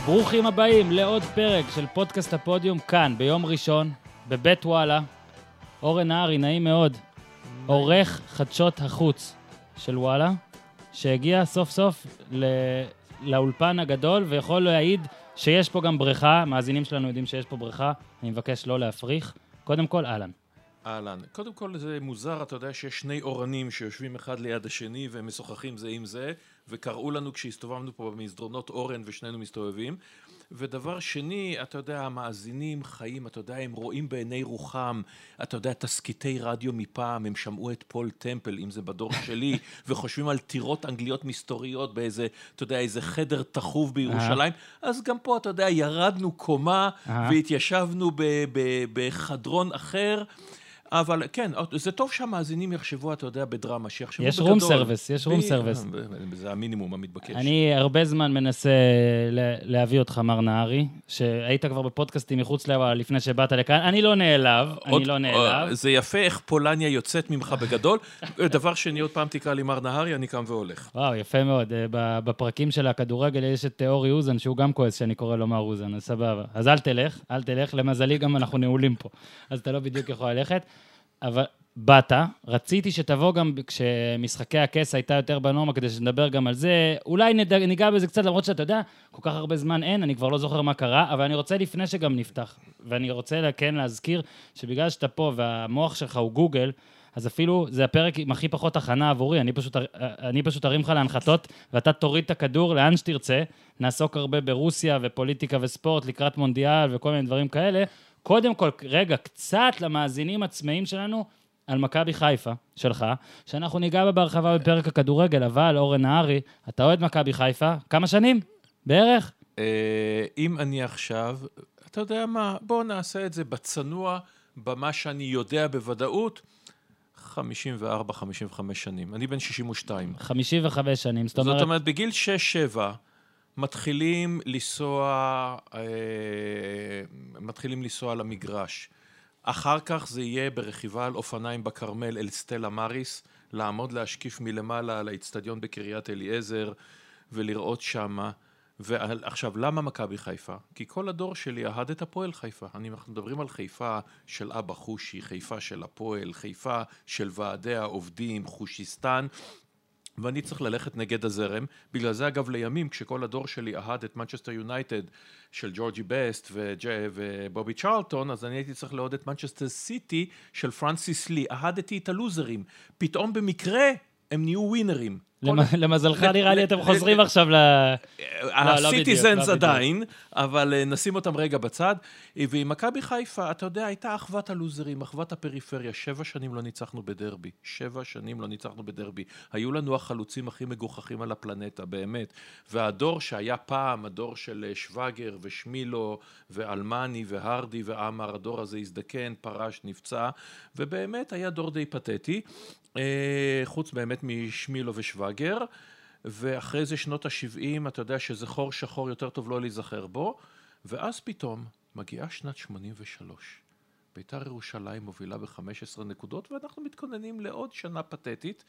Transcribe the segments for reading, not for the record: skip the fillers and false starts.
ברוכים הבאים לעוד פרק של פודקאסט הפודיום כאן, ביום ראשון, בבית וואלה. אורן נהרי, נעים מאוד. עורך חדשות החוץ של וואלה, שהגיע סוף סוף לאולפן הגדול, ויכול להעיד שיש פה גם בריכה. מאזינים שלנו יודעים שיש פה בריכה, אני מבקש לא להפריך. קודם כל, אהלן. אהלן. קודם כל זה מוזר, אתה יודע שיש שני אורנים שיושבים אחד ליד השני והם משוחחים זה עם זה, וקראו לנו כשהסתובבנו פה במסדרונות אורן ושנינו מסתובבים. ודבר שני, אתה יודע, המאזינים חיים, אתה יודע, הם רואים בעיני רוחם, אתה יודע, תסקיטי רדיו מפעם, הם שמעו את פול טמפל, אם זה בדור שלי, וחושבים על טירות אנגליות מסתוריות באיזה, אתה יודע, איזה חדר תחוב בירושלים. אז גם פה, אתה יודע, ירדנו קומה והתיישבנו בחדרון אחר. אבל כן, זה טוב שהמאזינים יחשבו, אתה יודע, בדרמה, שיחשבו בגדול. יש רום סרוויס, יש רום סרוויס. זה המינימום המתבקש. אני הרבה זמן מנסה להביא אותך, מר נהרי, שהיית כבר בפודקאסטים מחוץ לוואלה לפני שבאת לכאן. אני לא נעלב. זה יפה איך פולניה יוצאת ממך בגדול. דבר שני, עוד פעם תקרא לי מר נהרי, אני קם והולך. וואו, יפה מאוד. בפרקים של הכדורגל יש את אורי אוזן, שהוא גם כועס שאני קורא לו מר אוזן, אז סבבה. אז אל תלך, למזלי גם אנחנו נעולים פה. אז אתה לא בדיוק יכול ללכת. אבל באת, רציתי שתבוא גם כשמשחקי הכס הייתה יותר בנורמה, כדי שנדבר גם על זה, אולי ניגע בזה קצת, למרות שאתה יודע, כל כך הרבה זמן אין, אני כבר לא זוכר מה קרה, אבל אני רוצה לפני שגם נפתח, ואני רוצה כן להזכיר, שבגלל שאתה פה והמוח שלך הוא גוגל, אז אפילו זה הפרק עם הכי פחות הכנה עבורי, אני פשוט ארים לך להנחתות, ואתה תוריד את הכדור לאן שתרצה, נעסוק הרבה ברוסיה ופוליטיקה וספורט, לקראת מונדיאל וכל מיני דברים כאלה, קודם כל, רגע, קצת למאזינים עצמאים שלנו, על מכבי חיפה שלך, שאנחנו ניגע בה בהרחבה בפרק הכדורגל, אבל אורן נהרי, אתה אוהד מכבי חיפה? כמה שנים? בערך? אם אני עכשיו, אתה יודע מה, בוא נעשה את זה בצנוע, במה שאני יודע בוודאות, 54-55 שנים. אני בן 62. 55 שנים, זאת אומרת, בגיל 6-7, מתחילים לנסוע למגרש. אחר כך זה יהיה ברכיבה על אופניים בקרמל אל סטלה מריס, לעמוד להשקיף מלמעלה על האצטדיון בקריית אליעזר ולראות שמה. ועכשיו, למה מכבי חיפה? כי כל הדור שלי אהד את הפועל חיפה. אנחנו מדברים על חיפה של אבא חושי, חיפה של הפועל, חיפה של ועדי העובדים, חושיסטן. ואני צריך ללכת נגד הזרם, בגלל זה אגב לימים, כשכל הדור שלי אהד את מנצ'סטר יונייטד של ג'ורג'י בסט ובובי צ'רלטון, אז אני הייתי צריך לאהוד את מנצ'סטר סיטי של פרנסיס לי, אהדתי את הלוזרים, פתאום במקרה הם נהיו ווינרים. למזלך נראה לי אתם חוזרים עכשיו הסיטיזנס עדיין, אבל נשים אותם רגע בצד, ועם מכבי חיפה, אתה יודע, הייתה אחוות הלוזרים, אחוות הפריפריה, 7 שנים לא ניצחנו בדרבי, 7 שנים לא ניצחנו בדרבי, היו לנו החלוצים הכי מגוחכים על הפלנטה, באמת, והדור שהיה פעם, הדור של שווגר ושמילו ואלמני והרדי ואמר, הדור הזה הזדקן, פרש, נפצע, ובאמת היה דור די פתטי, חוץ באמת משמילו ושווגר, ואחרי זה שנות ה-70, אתה יודע שזה חור שחור יותר טוב לא להיזכר בו, ואז פתאום מגיעה שנת 83. בית"ר ירושלים מובילה ב-15 נקודות, ואנחנו מתכוננים לעוד שנה פתטית,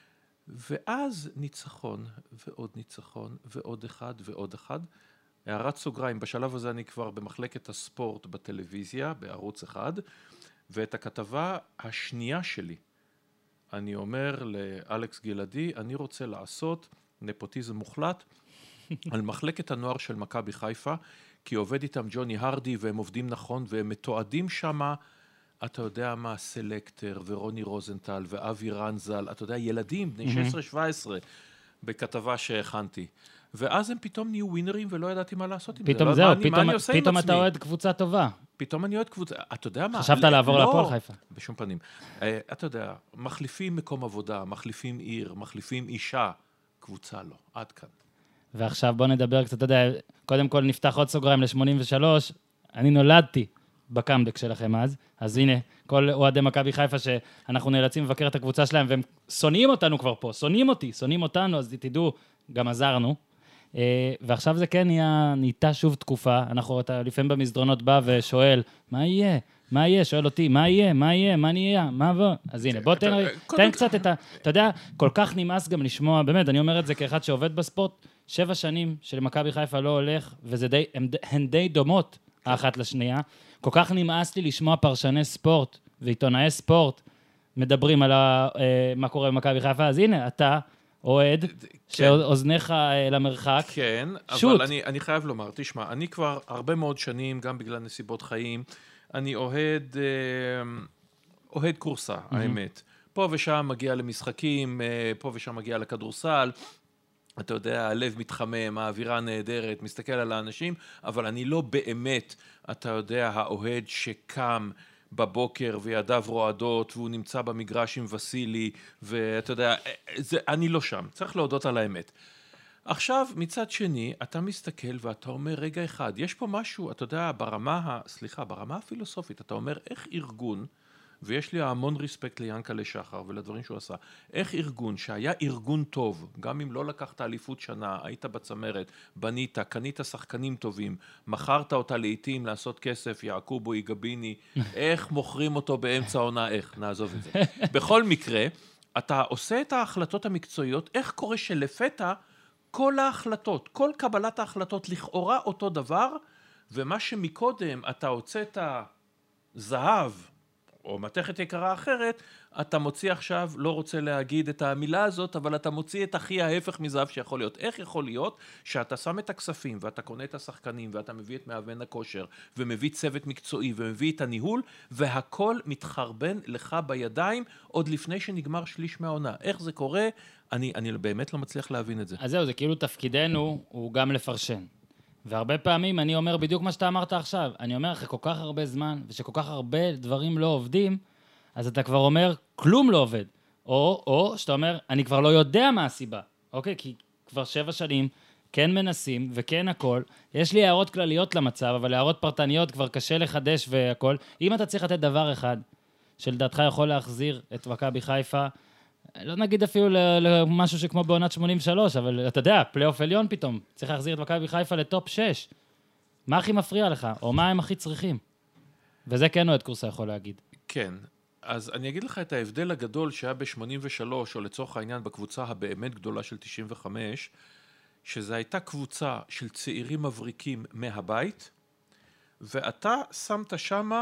ואז ניצחון, ועוד ניצחון, ועוד אחד, ועוד אחד. הערת סוגריים, בשלב הזה אני כבר במחלקת הספורט בטלוויזיה, בערוץ אחד, ואת הכתבה השנייה שלי, אני אומר לאלכס גלעדי, אני רוצה לעשות נפוטיזם מוחלט על מחלקת הנוער של מכבי חיפה, כי עובד איתם ג'וני הרדי, והם עובדים נכון, והם מתועדים שמה, אתה יודע מה, סלקטר, ורוני רוזנטל, ואבי רנזל, אתה יודע, ילדים, בני 16-17, בכתבה שהכנתי. ואז הם פתאום נהיו ווינרים, ולא ידעתי מה לעשות עם זה. פתאום זהו, פתאום אתה אוהד קבוצה טובה. פתאום אני אוהד קבוצה, אתה יודע מה? חשבת לעבור להפועל חיפה? בשום פנים. אתה יודע, מחליפים מקום עבודה, מחליפים עיר, מחליפים אישה, קבוצה לא, עד כאן. ועכשיו בוא נדבר קצת, אתה יודע, קודם כל נפתח עוד סוגריים ל-83, אני נולדתי בקאמבק שלכם אז הנה, כל אוהדי מכבי חיפה שאנחנו נאלצים לבקר את הקבוצה שלהם, והם שונאים אותנו כבר פה, שונאים אותנו, אז תדעו, גם עזרנו. ועכשיו זה כן נהייתה שוב תקופה, אתה לפעמים במסדרונות בא ושואל, מה יהיה? מה יהיה? שואל אותי, מה יהיה? מה יהיה? מה נהיה? מה בוא? אז הנה, בוא תן קצת את אתה יודע, כל כך נמאס גם לשמוע, באמת, אני אומר את זה כאחד שעובד בספורט, 7 שנים שלמכבי חיפה לא הולך, הן די דומות האחת לשנייה. כל כך נמאס לי לשמוע פרשני ספורט ועיתונאי ספורט מדברים על מה קורה במכבי חיפה, אז הנה, אתה אוהד, שאוזניך למרחק. כן, אבל אני חייב לומר, תשמע, אני כבר הרבה מאוד שנים, גם בגלל נסיבות חיים, אני אוהד קורסה, האמת. פה ושם מגיע למשחקים, פה ושם מגיע לכדורסל, אתה יודע, הלב מתחמם, האווירה נהדרת, מסתכל על האנשים, אבל אני לא באמת, אתה יודע, האוהד שקם בבוקר וידיו רועדות, והוא נמצא במגרש עם וסילי, ואתה יודע, אני לא שם, צריך להודות על האמת. עכשיו, מצד שני, אתה מסתכל ואתה אומר, רגע אחד, יש פה משהו, אתה יודע, ברמה הפילוסופית, אתה אומר, איך ארגון, ויש לי המון ריספקט ליענקל'ה שחר ולדברים שהוא עשה, איך ארגון שהיה ארגון טוב, גם אם לא לקחת אליפות שנה, היית בצמרת, בנית, קנית שחקנים טובים, מכרת אותה לעתים לעשות כסף, יעקובו, יגביני, איך מוכרים אותו באמצע העונה, איך, נעזוב את זה. בכל מקרה, אתה עושה את ההחלטות המקצועיות, איך קורה שלפתע כל ההחלטות, כל קבלת ההחלטות לכאורה אותו דבר, ומה שמקודם אתה הוצאת זהב, או מתכת יקרה אחרת, אתה מוציא עכשיו, לא רוצה להגיד את המילה הזאת, אבל אתה מוציא את הכי ההפך מזהב שיכול להיות. איך יכול להיות שאתה שם את הכספים, ואתה קונה את השחקנים, ואתה מביא את מאמן הכושר, ומביא צוות מקצועי, ומביא את הניהול, והכל מתחרבן לך בידיים, עוד לפני שנגמר שליש מהעונה. איך זה קורה? אני באמת לא מצליח להבין את זה. אז זהו, זה כאילו תפקידנו הוא גם לפרשן. והרבה פעמים אני אומר בדיוק מה שאתה אמרת עכשיו, אני אומר אחרי כל כך הרבה זמן, ושכל כך הרבה דברים לא עובדים, אז אתה כבר אומר, כלום לא עובד. או שאתה אומר, אני כבר לא יודע מה הסיבה, אוקיי? כי כבר 7 שנים, כן מנסים וכן הכל, יש לי הערות כלליות למצב, אבל הערות פרטניות כבר קשה לחדש והכל. אם אתה צריך לתת דבר אחד, שלדעתך יכול להחזיר את מכבי חיפה, לא נגיד אפילו למשהו שכמו בעונת 83, אבל אתה יודע, פלייאוף עליון פתאום, צריך להחזיר את מכבי חיפה לטופ 6. מה הכי מפריע לך? או מה הם הכי צריכים? וזה כן אוהד קורסה יכול להגיד. כן, אז אני אגיד לך את ההבדל הגדול שהיה ב-83, או לצורך העניין בקבוצה הבאמת גדולה של 95, שזו הייתה קבוצה של צעירים מבריקים מהבית, ואתה שמת שמה,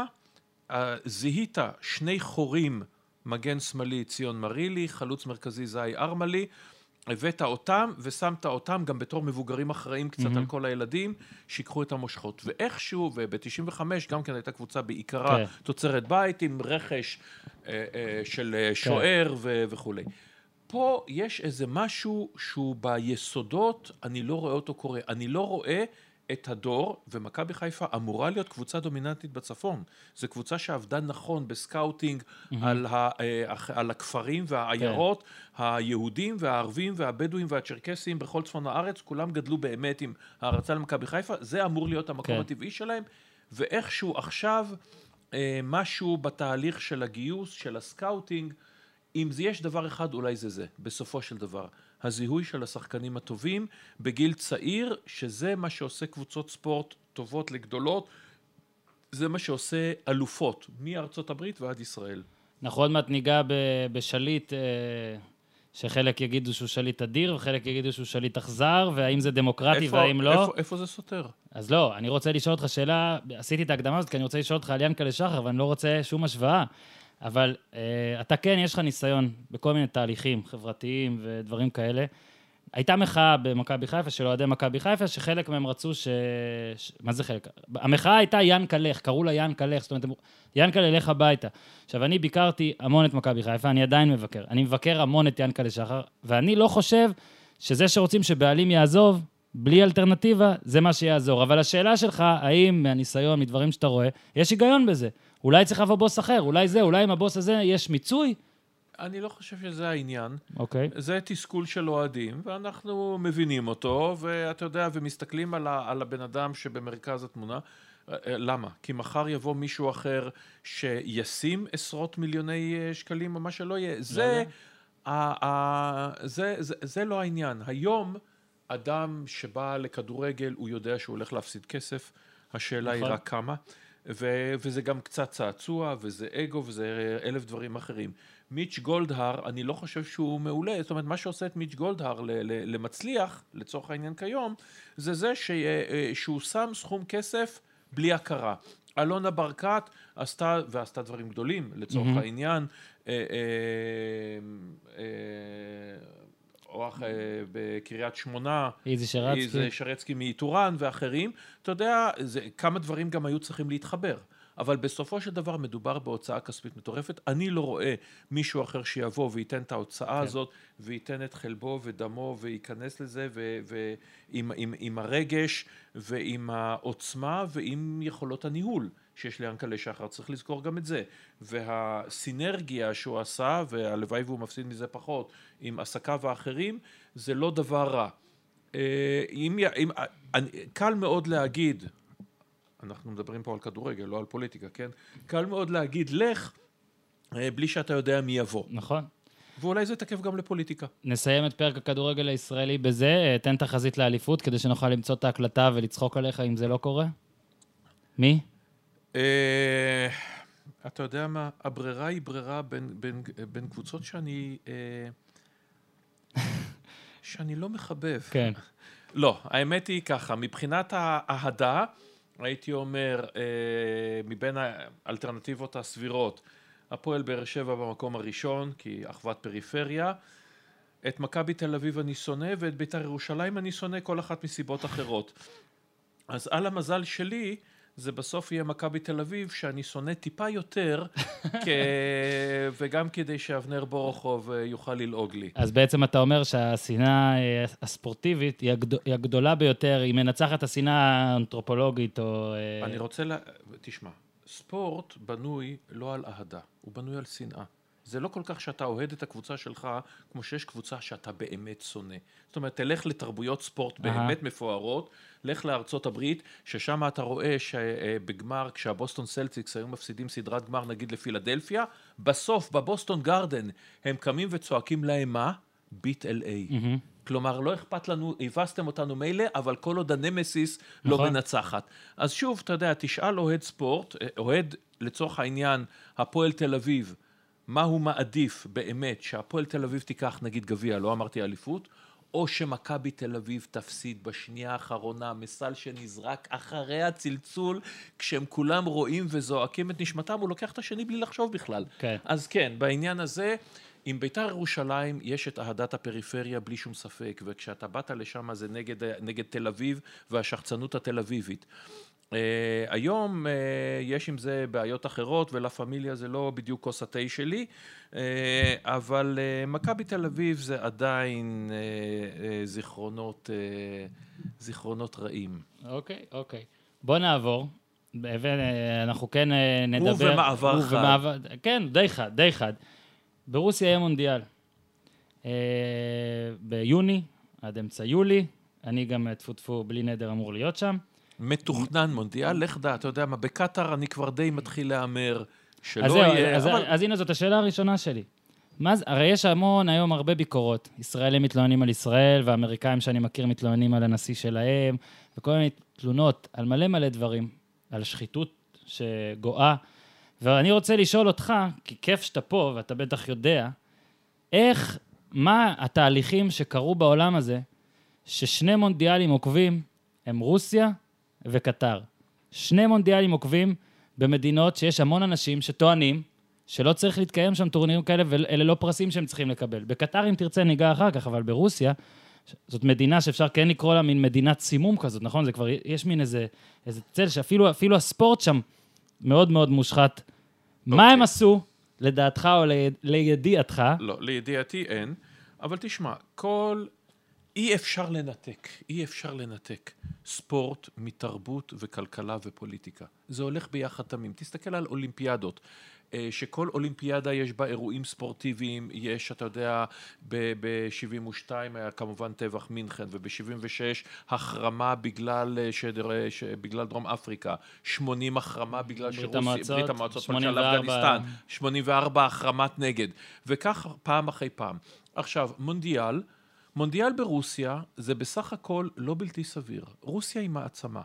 זיהית 2 חורים, מגן שמאלי ציון מרילי, חלוץ מרכזי זי ארמלי, הבאת אותם ושמת אותם גם בתור מבוגרים אחראים קצת על כל הילדים, שיקחו את המושכות. ואיכשהו, וב-95 גם כן הייתה קבוצה בעיקרה תוצרת בית עם רכש של שוער וכו'. פה יש איזה משהו שהוא ביסודות, אני לא רואה אותו קורה. אני לא רואה את הדור, ומכבי חיפה אמורה להיות קבוצה דומיננטית בצפון. זו קבוצה שעבדה נכון בסקאוטינג על הכפרים והעיירות, היהודים והערבים והבדואים והצ'רקסים בכל צפון הארץ, כולם גדלו באמת עם הערצה למכבי חיפה, זה אמור להיות המקום הטבעי שלהם, ואיכשהו עכשיו משהו בתהליך של הגיוס, של הסקאוטינג, אם יש דבר אחד, אולי זה, בסופו של דבר. הזיהוי של השחקנים הטובים בגיל צעיר, שזה מה שעושה קבוצות ספורט טובות לגדולות, זה מה שעושה אלופות, מארצות הברית ועד ישראל. אנחנו עוד מעט ניגע בשליט, שחלק יגידו שהוא שליט אדיר, וחלק יגידו שהוא שליט אכזר, והאם זה דמוקרטי והאם לא. איפה זה סותר? אז לא, אני רוצה לשאול אותך שאלה, עשיתי את ההקדמה הזאת, כי אני רוצה לשאול אותך על יענקל'ה שחר, ואני לא רוצה שום השוואה. אבל אתה כן, יש לך ניסיון בכל מיני תהליכים חברתיים ודברים כאלה. הייתה מחאה במכבי חיפה, של אוהדי מכבי חיפה, שחלק מהם רצו מה זה חלק? המחאה הייתה יענקל'ה, קראו לה יענקל'ה, זאת אומרת, יענקל'ה לך הביתה. עכשיו, אני ביקרתי המון את מכבי חיפה, אני עדיין מבקר. אני מבקר המון את יענקל'ה שחר, ואני לא חושב שזה שרוצים שבעלים יעזוב, בלי אלטרנטיבה, זה מה שיעזור. אבל השאלה שלך, האם מהניסיון, מדברים שאתה רואה, יש היגיון בזה? אולי צריך לבוא בוס אחר, אולי עם הבוס הזה יש מיצוי? אני לא חושב שזה העניין. אוקיי. זה תסכול של אוהדים, ואנחנו מבינים אותו, ואתה יודע, ומסתכלים על הבן אדם שבמרכז התמונה. למה? כי מחר יבוא מישהו אחר שישים עשרות מיליוני שקלים, או מה שלא יהיה. זה לא העניין. היום, אדם שבא לכדורגל, הוא יודע שהוא הולך להפסיד כסף. השאלה היא רק כמה. וזה גם קצת צעצוע, וזה אגו, וזה 1000 דברים אחרים. מיץ' גולדהר, אני לא חושב שהוא מעולה, זאת אומרת, מה שעושה את מיץ' גולדהר למצליח, לצורך העניין כיום, זה שהוא שם סכום כסף בלי הכרה. אלונה ברקת ועשתה דברים גדולים, לצורך העניין, אוח בקריית שמונה, איזי שרצקי מאיתורן ואחרים, אתה יודע, כמה דברים גם היו צריכים להתחבר. אבל בסופו של דבר מדובר בהוצאה כספית מטורפת. אני לא רואה מישהו אחר שיבוא וייתן את ההוצאה הזאת, וייתן את חלבו ודמו, וייכנס לזה, ועם הרגש, ועם העוצמה, ועם יכולות הניהול שיש ליענקל'ה שחר. צריך לזכור גם את זה. והסינרגיה שהוא עשה, והלוואי והוא מפסיד מזה פחות, עם עסקה ואחרים, זה לא דבר רע. קל מאוד להגיד, אנחנו מדברים פה על כדורגל, לא על פוליטיקה, כן? קל מאוד להגיד לך, בלי שאתה יודע מי יבוא. נכון. ואולי זה תקף גם לפוליטיקה. נסיים את פרק הכדורגל הישראלי בזה, תן תחזית לאליפות, כדי שנוכל למצוא את ההקלטה ולצחוק עליך אם זה לא קורה. מי? אתה יודע מה? הברירה היא ברירה בין קבוצות שאני לא מחבב. כן. לא, האמת היא ככה, מבחינת האהדה, הייתי אומר, מבין האלטרנטיבות הסבירות, הפועל באר שבע במקום הראשון, כי אחוות פריפריה, את מכבי תל אביב אני שונא, ואת בית"ר ירושלים אני שונא, כל אחת מסיבות אחרות. אז על המזל שלי, זה בסוף יהיה מכבי תל אביב, שאני שונא טיפה יותר, וגם כדי שאבנר בורוכוב יוכל ללעוג לי. אז בעצם אתה אומר שהשנאה הספורטיבית היא הגדולה ביותר, היא מנצחת השנאה האנתרופולוגית או... אני רוצה תשמע, ספורט בנוי לא על אהדה, הוא בנוי על שנאה. זה לא כל כך שאתה אוהד את הקבוצה שלך, כמו שיש קבוצה שאתה באמת שונא. זאת אומרת, תלך לתרבויות ספורט באמת מפוארות, לך לארצות הברית, ששם אתה רואה שבגמר, כשהבוסטון סלטיקס היו מפסידים סדרת גמר, נגיד לפילדלפיה, בסוף, בבוסטון גרדן, הם קמים וצועקים להם מה? ביט LA. כלומר, לא אכפת לנו, הבסתם אותנו מילא, אבל כל עוד הנמסיס לא מנצחת. אז שוב, אתה יודע, תשאל אוהד ספורט, אוהד לצורך העניין, הפועל תל אביב, מה הוא מעדיף באמת, שהפועל תל אביב תיקח נגיד גביע, לא אמרתי אליפות, או שמכבי תל אביב תפסיד בשנייה האחרונה, מסל שנזרק אחרי הצלצול, כשהם כולם רואים וזועקים את נשמתם, הוא לוקח את השני בלי לחשוב בכלל. כן. אז כן, בעניין הזה, עם בית"ר ירושלים יש את אהדת הפריפריה בלי שום ספק, וכשאתה באת לשם זה נגד תל אביב והשחצנות התל אביבית. היום יש עם זה בעיות אחרות, ולה פמיליה זה לא בדיוק כוס התה שלי, אבל מכבי תל אביב זה עדיין זיכרונות רעים. אוקיי. בוא נעבור, ואנחנו כן נדבר... ובמעבר חד. כן, די חד. ברוסיה יהיה מונדיאל. ביוני, עד אמצע יולי, אני גם טפו בלי נדר אמור להיות שם. מתוכנן מונדיאל, לך דע, אתה יודע מה, בקטר אני כבר די מתחיל לאמר שלא יהיה... אז הנה זאת השאלה הראשונה שלי. הרי יש היום הרבה ביקורות. ישראלים מתלוננים על ישראל, והאמריקאים שאני מכיר מתלוננים על הנשיא שלהם, וכל מיני תלונות על מלא דברים, על שחיתות שגואה. ואני רוצה לשאול אותך, כי כיף שאתה פה, ואתה בטח יודע, מה התהליכים שקרו בעולם הזה, ששני מונדיאלים עוקבים הם רוסיה וקטר. שני מונדיאלים עוקבים במדינות שיש המון אנשים שטוענים שלא צריך להתקיים שם טורנירים כאלה, ואלה לא פרסים שהם צריכים לקבל. בקטר אם תרצה ניגע אחר כך, אבל ברוסיה, זאת מדינה שאפשר כן לקרוא לה מין מדינת סימום כזאת, נכון? זה כבר, יש מין איזה צל שאפילו הספורט שם מאוד מאוד מושחת. מה הם עשו, לדעתך או לידיעתך? לא, לידיעתי אין, אבל תשמע, אי אפשר לנתק ספורט מתרבות וכלכלה ופוליטיקה. זה הולך ביחד תמים. תסתכל על אולימפיאדות, שכל אולימפיאדה יש בה אירועים ספורטיביים, יש, אתה יודע, ב-72 היה כמובן טבח מינכן, וב-76 החרמה בגלל דרום אפריקה, 80 החרמה בגלל ברית המועצות פלשה לאפגניסטן, 84 החרמת נגד, וכך פעם אחרי פעם. עכשיו, מונדיאל ברוסיה זה בסך הכל לא בלתי סביר. רוסיה היא מעצמה.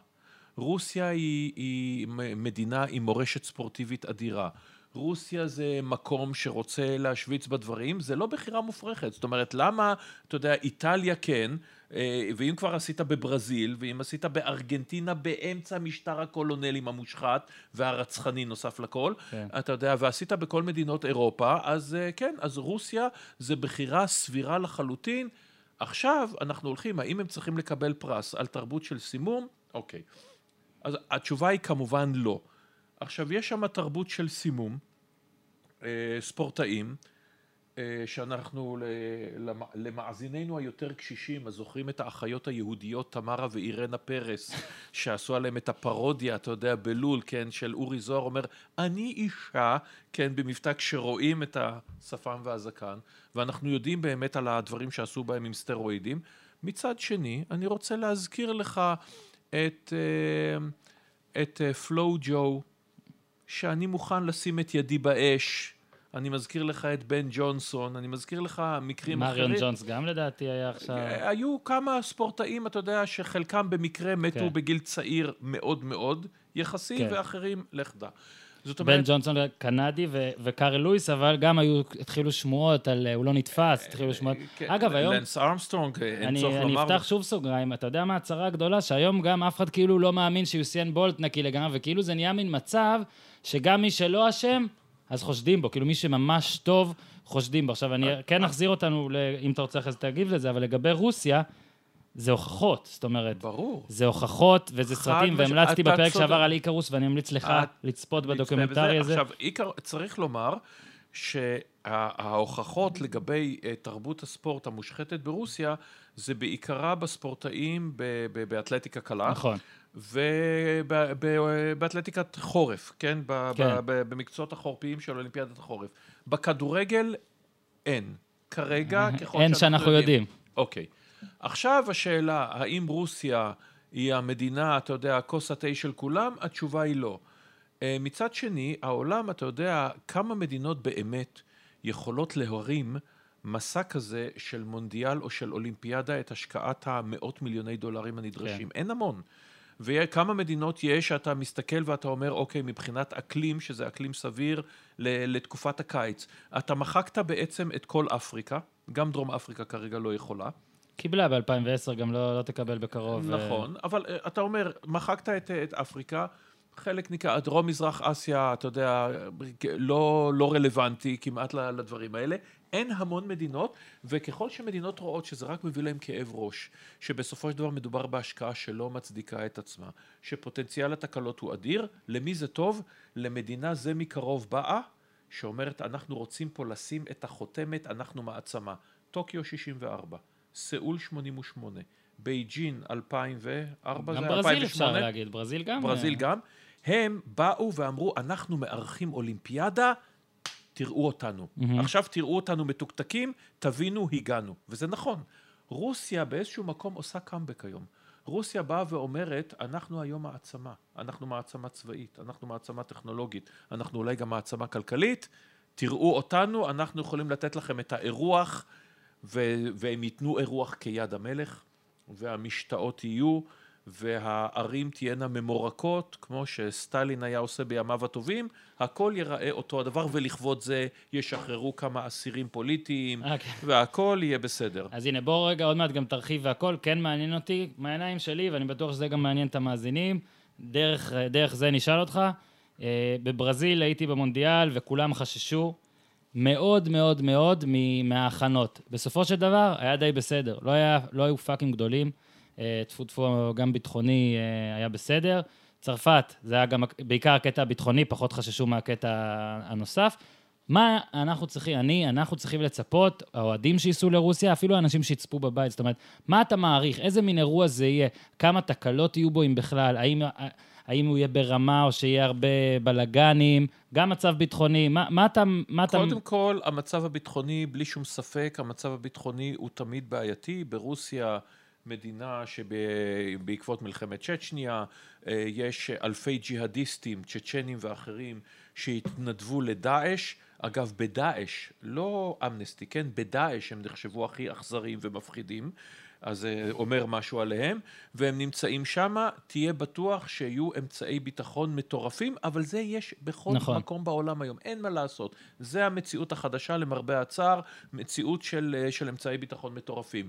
רוסיה היא מדינה עם מורשת ספורטיבית אדירה. רוסיה זה מקום שרוצה להשוויץ בדברים, זה לא בחירה מופרכת. זאת אומרת, למה, אתה יודע, איטליה כן, ואם כבר עשית בברזיל, ואם עשית בארגנטינה באמצע משטר הקולונלים המושחת, והרצחני נוסף לכל, כן. אתה יודע, ועשית בכל מדינות אירופה, אז כן, אז רוסיה זה בחירה סבירה לחלוטין. עכשיו אנחנו הולכים, האם הם צריכים לקבל פרס על תרבות של סימום? אוקיי. אז התשובה היא כמובן לא. עכשיו, יש שם תרבות של סימום, ספורטאים, שאנחנו למאזיננו היותר קשישים, אז זוכרים את האחיות היהודיות תמרה ואירנה פרס, שעשו עליהם את הפרודיה, אתה יודע, בלול, כן, של אורי זוהר, אומר, אני אישה, כן, במבטא כשרואים את השפם והזקן, ואנחנו יודעים באמת על הדברים שעשו בהם עם סטרואידים. מצד שני, אני רוצה להזכיר לך את פלואו ג'ו, שאני מוכן לשים את ידי באש, אני מזכיר לך את בן ג'ונסון, אני מזכיר לך מקרים אחרים. מריון ג'ונס גם לדעתי היה עכשיו. היו כמה ספורטאים, אתה יודע, שחלקם במקרה מתו בגיל צעיר מאוד מאוד, יחסי, ואחרים לכדה. בן ג'ונסון קנדי וקארל לואיס, אבל גם התחילו שמועות על הוא לא נתפס, התחילו שמועות. אגב, היום... לנס ארמסטרונג, אין צורך לומר... אני אפתח שוב סוגריים, אתה יודע מה הצרה הגדולה? שהיום גם אף אחד כאילו לא מאמין שיוסיין בולט נקי לגמרי, וכאילו זה נהיה מין מצב שגם מי שלא אשם, אז חושדים בו, כאילו מי שממש טוב, חושדים בו. עכשיו, אני כן אחזיר אותנו, אם אתה רוצה אחרי זה תגיב לזה, אבל לגבי רוסיה, זה הוכחות, זאת אומרת. ברור. זה הוכחות וזה סרטים, והמלצתי בפרק שעבר על איקרוס, ואני אמליץ לך לצפות בדוקומנטרי הזה. עכשיו, צריך לומר שההוכחות לגבי תרבות הספורט המושחתת ברוסיה, זה בעיקרה בספורטאים באתלטיקה קלה. נכון. ובאתלטיקת חורף, כן? במקצועות החורפיים של אולימפיאדת החורף. בכדורגל אין. כרגע, ככל אין שאנחנו יודעים. אוקיי. עכשיו השאלה, האם רוסיה היא המדינה, אתה יודע, הכוס התה של כולם? התשובה היא לא. מצד שני, העולם, אתה יודע, כמה מדינות באמת יכולות להרים מסע כזה של מונדיאל או של אולימפיאדה את השקעת המאות מיליוני דולרים הנדרשים. כן. אין המון. וכמה מדינות יש שאתה מסתכל ואתה אומר, אוקיי, מבחינת אקלים, שזה אקלים סביר לתקופת הקיץ, אתה מחקת בעצם את כל אפריקה, גם דרום אפריקה כרגע לא יכולה. קיבלה ב-2010, גם לא תקבל בקרוב. נכון, אבל אתה אומר, מחקת את אפריקה, חלק ניכר, דרום מזרח אסיה, אתה יודע, לא רלוונטי כמעט לדברים האלה. אין המון מדינות, וככל שמדינות רואות שזה רק מביא להם כאב ראש, שבסופו של דבר מדובר בהשקעה שלא מצדיקה את עצמה, שפוטנציאל התקלות הוא אדיר, למי זה טוב? למדינה זה מקרוב באה, שאומרת, אנחנו רוצים פה לשים את החותמת, אנחנו מעצמה. טוקיו 64, סאול 88, בייג'ין 2004, גם ברזיל אפשר להגיד, ברזיל גם. ברזיל גם. הם באו ואמרו, אנחנו מארחים אולימפיאדה, תראו אותנו. עכשיו תראו אותנו מתוקתקים, תבינו, הגענו. וזה נכון. רוסיה באיזשהו מקום עושה קאמבק היום. רוסיה באה ואומרת, אנחנו היום מעצמה. אנחנו מעצמה צבאית, אנחנו מעצמה טכנולוגית, אנחנו אולי גם מעצמה כלכלית. תראו אותנו, אנחנו יכולים לתת לכם את האירוח, והם ייתנו אירוח כיד המלך, והמשתאות יהיו, והערים תהיינה ממורקות, כמו שסטלין היה עושה בימיו הטובים, הכל ייראה אותו הדבר, ולכבוד זה ישחררו כמה אסירים פוליטיים, והכל יהיה בסדר. אז הנה, בואו רגע עוד מעט גם תרחיב והכל, כן מעניין אותי מהעיניים שלי, ואני בטוח שזה גם מעניין את המאזינים, דרך זה נשאל אותך, בברזיל הייתי במונדיאל, וכולם חששו מאוד מאוד מאוד מההכנות. בסופו של דבר, היה די בסדר, לא היו פאקים גדולים, תפו גם ביטחוני היה בסדר. צרפת, זה היה גם בעיקר הקטע הביטחוני, פחות חששו מהקטע הנוסף. מה אנחנו צריכים, אנחנו צריכים לצפות, האוהדים שייסעו לרוסיה, אפילו האנשים שיצפו בבית, זאת אומרת, מה אתה מעריך, איזה מין אירוע זה יהיה, כמה תקלות יהיו בו אם בכלל, האם הוא יהיה ברמה או שיהיה הרבה בלגנים, גם מצב ביטחוני, מה אתה... קודם כל, המצב הביטחוני, בלי שום ספק, המצב הביטחוני הוא תמיד בעייתי, ברוסיה מדינה שבעקבות מלחמת צ'צ'ניה, יש אלפי ג'יהדיסטים, צ'צ'נים ואחרים, שהתנדבו לדאעש, אגב, בדאעש, לא אמנסטי, כן? בדאעש הם נחשבו הכי אכזריים ומפחידים, אז זה אומר משהו עליהם, והם נמצאים שם, תהיה בטוח שיהיו אמצעי ביטחון מטורפים, אבל זה יש בכל מקום בעולם היום, אין מה לעשות. זה המציאות החדשה למרבה הצער, מציאות של אמצעי ביטחון מטורפים.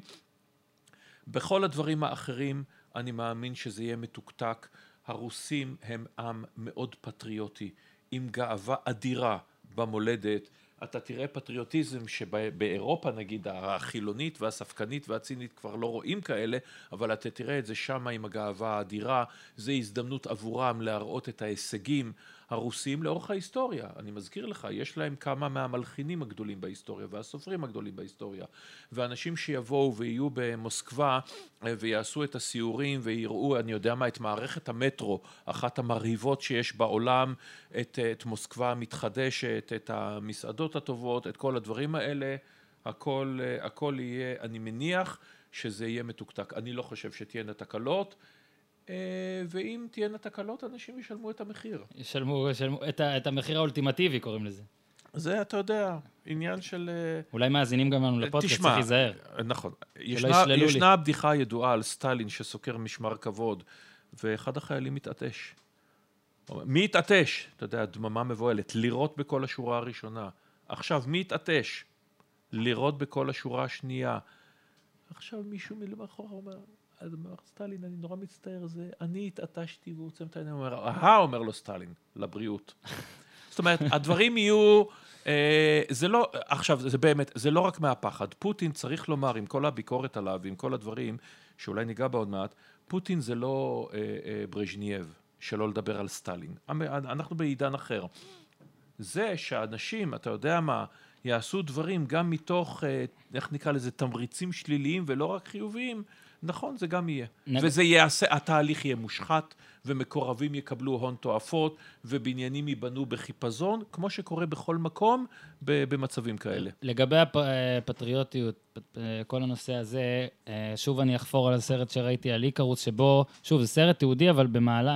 בכל הדברים האחרים, אני מאמין שזה יהיה מתוקתק. הרוסים הם עם מאוד פטריוטי, עם גאווה אדירה במולדת. אתה תראה פטריוטיזם שבאירופה נגיד החילונית והספקנית והצינית כבר לא רואים כאלה, אבל אתה תראה את זה שם עם הגאווה האדירה. זה הזדמנות עבורם להראות את ההישגים הרוסים לאורך ההיסטוריה. אני מזכיר לך, יש להם כמה מהמלחינים הגדולים בהיסטוריה והסופרים הגדולים בהיסטוריה, ואנשים שיבואו ויהיו במוסקבה ויעשו את הסיורים ויראו, אני יודע מה, את מערכת המטרו, אחת המרהיבות שיש בעולם, את מוסקבה המתחדשת, את המסעדות הטובות, את כל הדברים האלה, הכל יהיה, אני מניח שזה יהיה מתוקתק. אני לא חושב שתהיינה תקלות, ואם תהיינה תקלות, אנשים ישלמו את המחיר. ישלמו את המחיר האולטימטיבי, קוראים לזה. זה, אתה יודע, עניין של... אולי מאזינים גם לנו לפודקאסט, צריך להיזהר. נכון. ישנה בדיחה ידועה על סטלין שסוקר משמר כבוד, ואחד החיילים מתעטש. מי התעטש? אתה יודע, דממה מבועלת, לירות בכל השורה הראשונה. עכשיו, מי התעטש? לירות בכל השורה השנייה. עכשיו מישהו מלמחור אומר... אז אומר סטלין, אני נורא מצטער, זה אני התעטשתי והוא עוצם את העיניים, אומר לו סטלין, לבריאות. זאת אומרת, הדברים יהיו, זה לא, עכשיו, זה באמת, זה לא רק מהפחד. פוטין צריך לומר, עם כל הביקורת עליו, עם כל הדברים, שאולי ניגע בעוד מעט, פוטין זה לא ברז'נייב, שלא לדבר על סטלין. אנחנו בעידן אחר. זה שאנשים, אתה יודע מה, יעשו דברים גם מתוך, איך נקרא לזה, תמריצים שליליים ולא רק חיוביים, נכון, זה גם יהיה. וזה יעשה, התהליך יהיה מושחת, ומקורבים יקבלו הון תועפות, ובניינים ייבנו בחיפזון, כמו שקורה בכל מקום, במצבים כאלה. לגבי הפטריוטיות, כל הנושא הזה, שוב אני אחפור על הסרט שראיתי על איקרוס, שבו, שוב, זה סרט תיעודי, אבל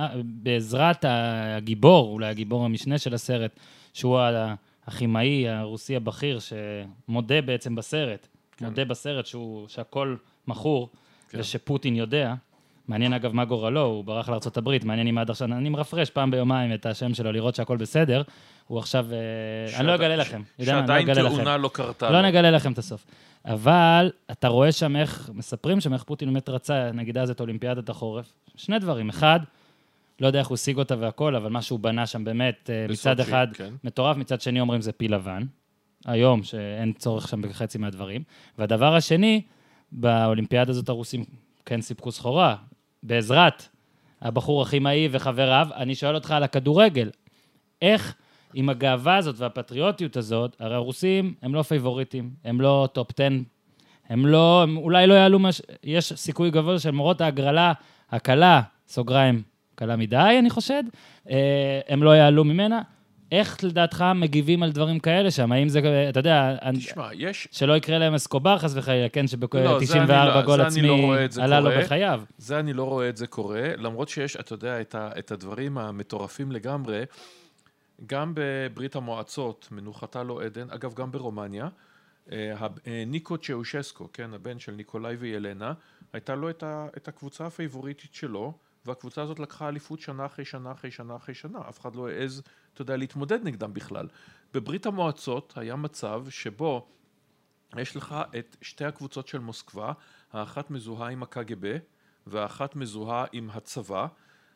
בעזרת הגיבור, אולי הגיבור המשנה של הסרט, שהוא הכימאי הרוסי הבכיר, שמודה בעצם בסרט, מודה בסרט שהכל מכור, ושפוטין יודע, מעניין אגב מה גורלו, הוא ברח לארצות הברית, מעניין אם עד עכשיו, אני מרפרש פעם ביומיים את השם שלו, לראות שהכל בסדר, הוא עכשיו, אני לא אגלה לכם. שעדיין תאונה לא קרתה. לא נגלה לכם את הסוף. אבל אתה רואה שם איך, מספרים שם איך פוטין באמת רצה, נגיד אז את אולימפיאדת החורף, שני דברים, אחד, לא יודע איך הוא השיג אותה והכל, אבל מה שהוא בנה שם באמת, מצד אחד מטורף, מצד שני אומרים זה פיל לבן, היום שאין צורך שם בחצי מהדברים, והדבר השני, באולימפיאדה הזאת הרוסים כן סיפקו סחורה, בעזרת הבחור הכימאי וחבריו. אני שואל אותך על הכדורגל, איך עם הגאווה הזאת והפטריוטיות הזאת, הרי הרוסים הם לא פייבוריטים, הם לא טופ 10, הם לא, אולי לא יעלו, יש סיכוי גבוה של מורות ההגרלה, הקלה, סוגריים, קלה מדי אני חושד, הם לא יעלו ממנה. איך לדעתך מגיבים על דברים כאלה שם? האם זה, אתה יודע, שלא יקרה להם אסקובר חס וחלילה, כן, שב-94 גול עצמי עלה לו בחייו. זה אני לא רואה את זה קורה, למרות שיש, אתה יודע, את הדברים המטורפים לגמרי, גם בברית המועצות, מנוחתה לא עדן, אגב גם ברומניה, ניקו צ'אושסקו, כן, הבן של ניקולאי וילנה, הייתה לו את הקבוצה הפייבוריטית שלו, והקבוצה הזאת לקחה אליפות שנה אחרי שנה אחרי שנה אחרי שנה, אף אחד לא העז, אתה יודע, להתמודד נגדם בכלל. בברית המועצות היה מצב שבו יש לך את שתי הקבוצות של מוסקבה, האחת מזוהה עם הקג"ב, והאחת מזוהה עם הצבא,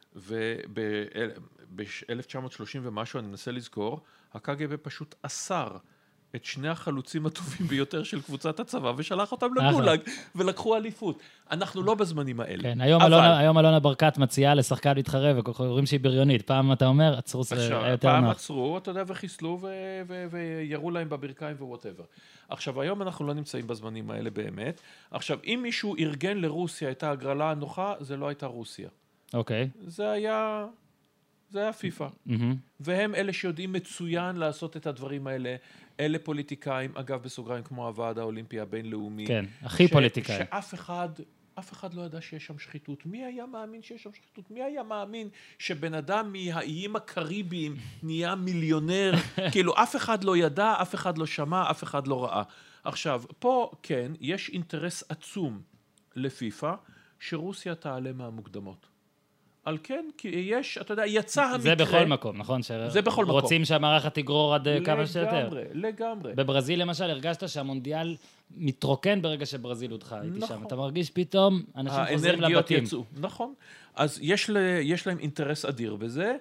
וב-1930 ומשהו, אני מנסה לזכור, הקג"ב פשוט אסר את שני החלוצים הטובים ביותר של קבוצת הצבא, ושלח אותם לגולאג, ולקחו אליפות. אנחנו לא בזמנים האלה. כן, היום אלונה ברקת מציעה לשחקן להתחרב, וקוראים שהיא בריונית. פעם אתה אומר, עצרו, זה יותר נוח. פעם עצרו, אתה יודע, וחיסלו, וירו להם בברכיים ווואטאבר. עכשיו, היום אנחנו לא נמצאים בזמנים האלה באמת. עכשיו, אם מישהו ארגן לרוסיה את ההגרלה הנוחה, זה לא הייתה רוסיה. אוקיי. זה היה פיפה. והם אלה שיודעים מצוין לעשות את הדברים האלה. אלה פוליטיקאים, אגב בסוגריים כמו הוועד האולימפי הבינלאומי. כן, הכי פוליטיקאים. שאף אף אחד לא ידע שיש שם שחיתות. מי היה מאמין שיש שם שחיתות? מי היה מאמין שבן אדם מהאיים הקריביים נהיה מיליונר? כאילו, אף אחד לא ידע, אף אחד לא שמע, אף אחד לא ראה. עכשיו, פה כן, יש אינטרס עצום לפיפ"א שרוסיה תעלה מהמוקדמות. על כן, כי יש, אתה יודע, יצא המקרה... זה בכל מקום, נכון? זה בכל מקום. רוצים שהמערכת תגרור עד כמה שיותר. לגמרי. בברזיל למשל, הרגשת שהמונדיאל מתרוקן ברגע שברזיל הודחה, הייתי שם. אתה מרגיש פתאום, אנשים חוזרים לבתים. יצאו, נכון. אז יש להם אינטרס אדיר בזה,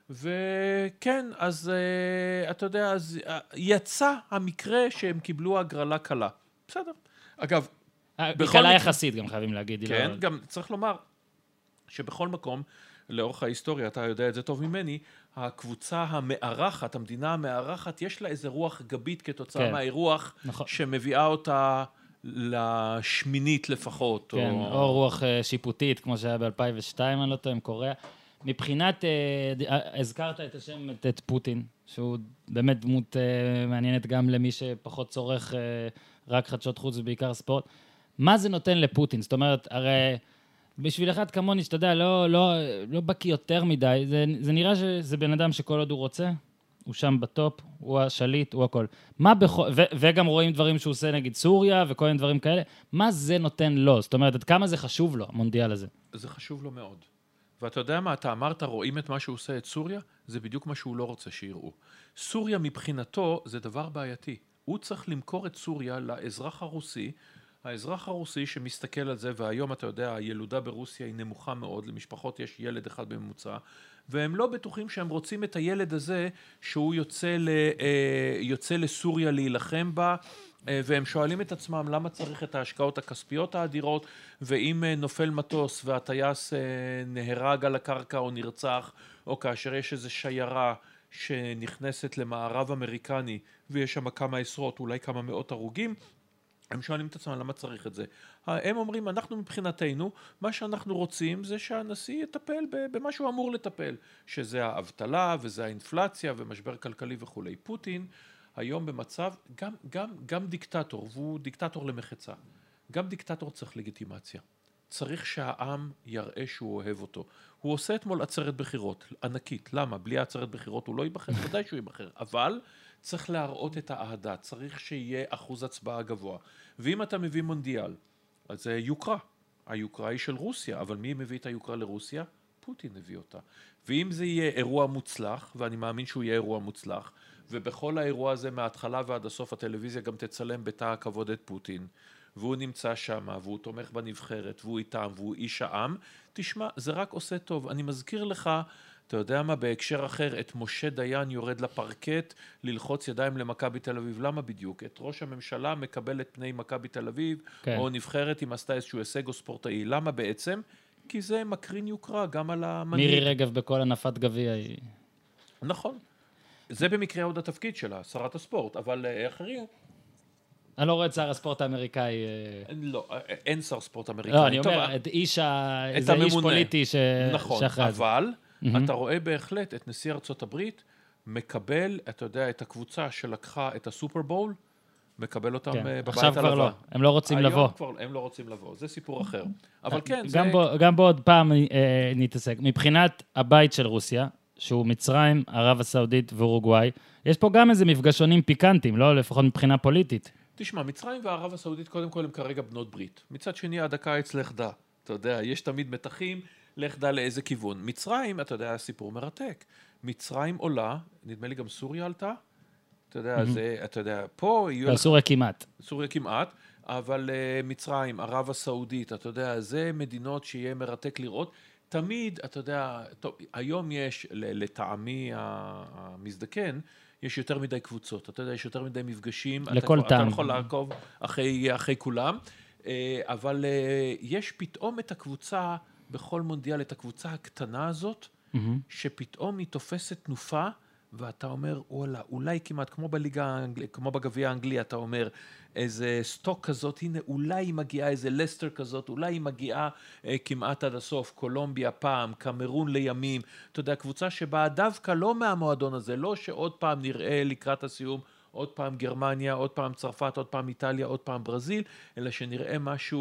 וכן, אז אתה יודע, אז יצא המקרה שהם קיבלו הגרלה קלה. בסדר. אגב, קלה יחסית, גם חייבים להגיד. כן, גם צריך לומר שבכל מקום, לאורך ההיסטוריה, אתה יודע את זה טוב ממני, הקבוצה המארחת, המדינה המארחת, יש לה איזה רוח גבית כתוצאה מהאירוח, שמביאה אותה לשמינית לפחות. כן, או רוח שיפוטית, כמו שהיה ב-2002, אני לא טועה, עם קוריאה. מבחינת, הזכרת את השם, את פוטין, שהוא באמת דמות מעניינת גם למי שפחות צורך רק חדשות חוץ ובעיקר ספורט. מה זה נותן לפוטין? זאת אומרת, הרי בשביל אחד כמוני, שאתה יודע, לא בקי יותר מדי, זה נראה שזה בן אדם שכל עוד הוא רוצה, הוא שם בטופ, הוא השליט, הוא הכל. וגם רואים דברים שהוא עושה נגיד סוריה וכל מיני דברים כאלה, מה זה נותן לו? זאת אומרת, עד כמה זה חשוב לו, המונדיאל הזה? זה חשוב לו מאוד. ואתה יודע מה, אתה אמרת, רואים את מה שהוא עושה את סוריה, זה בדיוק מה שהוא לא רוצה שיראו. סוריה מבחינתו זה דבר בעייתי. הוא צריך למכור את סוריה לאזרח הרוסי, האזרח הרוסי שמסתכל על זה, והיום אתה יודע, הילודה ברוסיה היא נמוכה מאוד, למשפחות יש ילד אחד בממוצע, והם לא בטוחים שהם רוצים את הילד הזה, שהוא יוצא לסוריה להילחם בה, והם שואלים את עצמם למה צריך את ההשקעות הכספיות האדירות, ואם נופל מטוס והטייס נהרג על הקרקע או נרצח, או כאשר יש איזו שיירה שנכנסת למערב אמריקני, ויש שם כמה עשרות, אולי כמה מאות הרוגים, הם שואלים את עצמם למה צריך את זה. הם אומרים, אנחנו מבחינתנו, מה שאנחנו רוצים זה שהנשיא יטפל במה שהוא אמור לטפל, שזה האבטלה וזה האינפלציה ומשבר כלכלי וכו'. פוטין היום במצב, גם דיקטטור, והוא דיקטטור למחצה, גם דיקטטור צריך לגיטימציה. צריך שהעם יראה שהוא אוהב אותו. הוא עושה אתמול עצרת בחירות, ענקית. למה? בלי עצרת בחירות הוא לא ייבחר, ודאי שהוא ייבחר. אבל צריך להראות את האהדה, צריך שיהיה אחוז הצבעה גבוה. ואם אתה מביא מונדיאל, אז זה יוקרה. היוקרה היא של רוסיה, אבל מי מביא את היוקרה לרוסיה? פוטין הביא אותה. ואם זה יהיה אירוע מוצלח, ואני מאמין שהוא יהיה אירוע מוצלח, ובכל האירוע הזה מההתחלה ועד הסוף הטלוויזיה גם תצלם בתא הכבוד את פוטין, והוא נמצא שם, והוא תומך בנבחרת, והוא איתם, והוא איש העם, תשמע, זה רק עושה טוב. אני מזכיר לך, אתה יודע מה, בהקשר אחר, את משה דיין יורד לפרקט, ללחוץ ידיים למכבי תל אביב. למה בדיוק? את ראש הממשלה מקבל את פני מכבי תל אביב, כן. או נבחרת אם עשתה איזשהו הישג או ספורטאי. למה בעצם? כי זה מקרין יוקרה גם על המנהיג. מירי רגב בכל הנפת גביע היא... נכון. זה במקרה עוד התפקיד שלה, שרת הספורט, אבל אחרים... אני לא רואה את שר הספורט האמריקאי. לא, אין שר ספורט אמריקאי. לא, אני אומר, את איש פוליטי נכון, אבל אתה רואה בהחלט את נשיא ארצות הברית מקבל, אתה יודע, את הקבוצה שלקחה את הסופרבול, מקבל אותם בבית הלבן. עכשיו כבר לא, הם לא רוצים לבוא. היום כבר הם לא רוצים לבוא, זה סיפור אחר. אבל כן, גם בעוד פעם נתעסק. מבחינת הבית של רוסיה, שהוא מצרים, ערב הסעודית ואורוגוואי, יש פה גם איזה מפגשונים פיקנטיים, לא לפחות מבחינה פוליטית. תשמע, מצרים וערב הסעודית קודם כל הם כרגע בנות ברית. מצד שני, עד הקיץ לכדה. אתה יודע, יש תמיד מתחים, לכדה לאיזה כיוון. מצרים, אתה יודע, סיפור מרתק. מצרים עולה, נדמה לי גם סוריה עלתה. אתה יודע, אתה יודע, פה... סוריה כמעט. סוריה כמעט, אבל מצרים, ערב הסעודית, אתה יודע, זה מדינות שיהיה מרתק לראות. תמיד, אתה יודע, טוב, היום יש, לטעמי המזדקן, יש יותר מדי קבוצות, אתה יודע, יש יותר מדי מפגשים. לכל טעם. אתה יכול לעקוב אחרי כולם, אבל יש פתאום את הקבוצה, בכל מונדיאל, את הקבוצה הקטנה הזאת, שפתאום היא תופסת תנופה, ואתה אומר, אולי כמעט, כמו בגביע האנגלי, אתה אומר, איזה סטוק כזאת, הנה, אולי היא מגיעה, איזה לסטר כזאת, אולי היא מגיעה כמעט עד הסוף, קולומביה פעם, קמרון לימים, אתה יודע, קבוצה שבאה דווקא לא מהמועדון הזה, לא שעוד פעם נראה לקראת הסיום, עוד פעם גרמניה, עוד פעם צרפת, עוד פעם איטליה, עוד פעם ברזיל, אלא שנראה משהו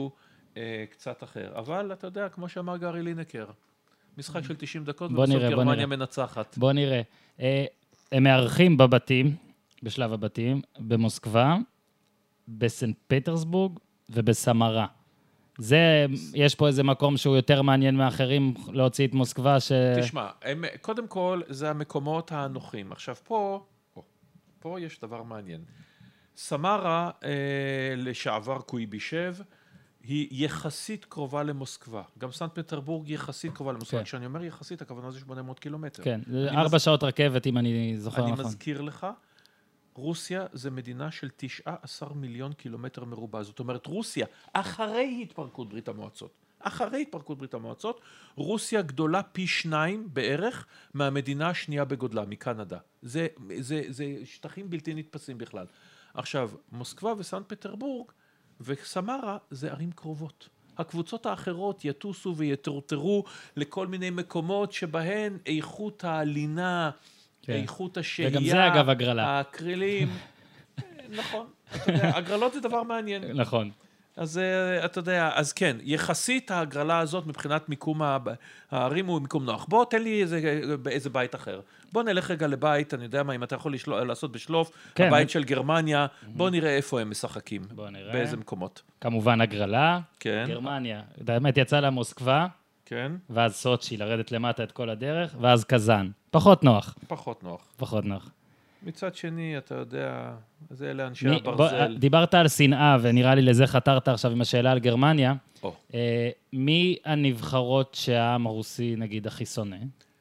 קצת אחר. אבל אתה יודע, כמו שאמר גארי לינקר, משחק של 90 דקות, בוא ובסוף נראה, גרמניה מנצחת. בוא נראה. הם מארחים בבתים, בשלב הבתים, במוסקבה, בסנט פטרסבורג ובסמרה. יש פה איזה מקום שהוא יותר מעניין מאחרים להוציא את מוסקבה תשמע, קודם כל זה המקומות הנוחים. עכשיו פה יש דבר מעניין. סמרה, לשעבר קויבישב, היא יחסית קרובה למוסקבה. גם סנט פטרבורג יחסית קרובה למוסקבה. כן. כשאני אומר יחסית, הכוונה זה 800 קילומטר. כן, 4 שעות רכבת, אם אני זוכר נכון. אני מזכיר לך, רוסיה זה מדינה של 19 מיליון קילומטר מרובע. זאת אומרת, רוסיה, אחרי התפרקות ברית המועצות, רוסיה גדולה פי 2 בערך מהמדינה השנייה בגודלה, מקנדה. זה שטחים בלתי נתפסים בכלל. עכשיו, מוסקבה וסנט פטרבורג וסמרה זה ערים קרובות. הקבוצות האחרות יטוסו ויתורטרו לכל מיני מקומות שבהן איכות הלינה, כן. איכות השהייה, וגם זה אגב הגרלה. הקרילים, נכון, אתה יודע, הגרלות זה דבר מעניין. נכון. אז אתה יודע, אז כן, יחסית ההגרלה הזאת מבחינת מיקום הערים הוא מיקום נוח. בוא, תן לי איזה בית אחר. בוא נלך רגע לבית, אני יודע מה, אם אתה יכול לעשות בשלוף, כן, הבית של גרמניה, בוא נראה איפה הם משחקים. בוא נראה. באיזה מקומות. כמובן הגרלה, כן. גרמניה. באמת יצא לה מוסקבה, כן. ואז סוצ'י, לרדת למטה את כל הדרך, ואז קזאן. פחות נוח. פחות נוח. מצד שני, אתה יודע, זה אלה אנשי הברזל. דיברת על שנאה, ונראה לי לזה חתרת עכשיו עם השאלה על גרמניה. מי הנבחרות שהעם הרוסי, נגיד, הכי שונא?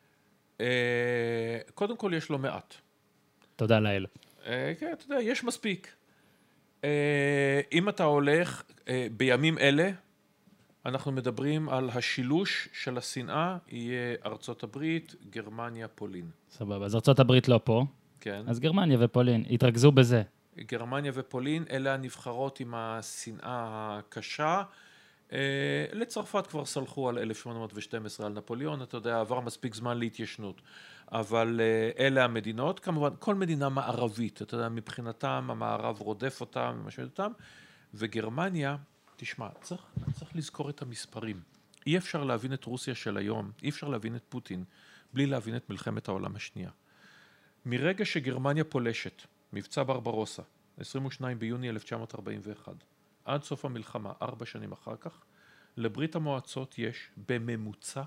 קודם כל, יש לו מעט. תודה לאל. כן, אתה יודע, יש מספיק. אם אתה הולך בימים אלה, אנחנו מדברים על השילוש של השנאה, יהיה ארצות הברית, גרמניה, פולין. סבבה, אז ארצות הברית לא פה. כן. אז גרמניה ופולין, התרכזו בזה. גרמניה ופולין, אלה הנבחרות עם השנאה הקשה. לצרפת כבר סלחו על 1812, על נפוליאון, אתה יודע, עבר מספיק זמן להתיישנות. אבל אלה המדינות, כמובן, כל מדינה מערבית, אתה יודע, מבחינתם, המערב רודף אותם, משמעת אותם, וגרמניה, תשמע, צריך לזכור את המספרים. אי אפשר להבין את רוסיה של היום, אי אפשר להבין את פוטין, בלי להבין את מלחמת העולם השנייה. מרגע שגרמניה פולשת, מבצע ברברוסה, 22 ביוני 1941, עד סוף המלחמה, 4 שנים אחר כך, לברית המועצות יש בממוצע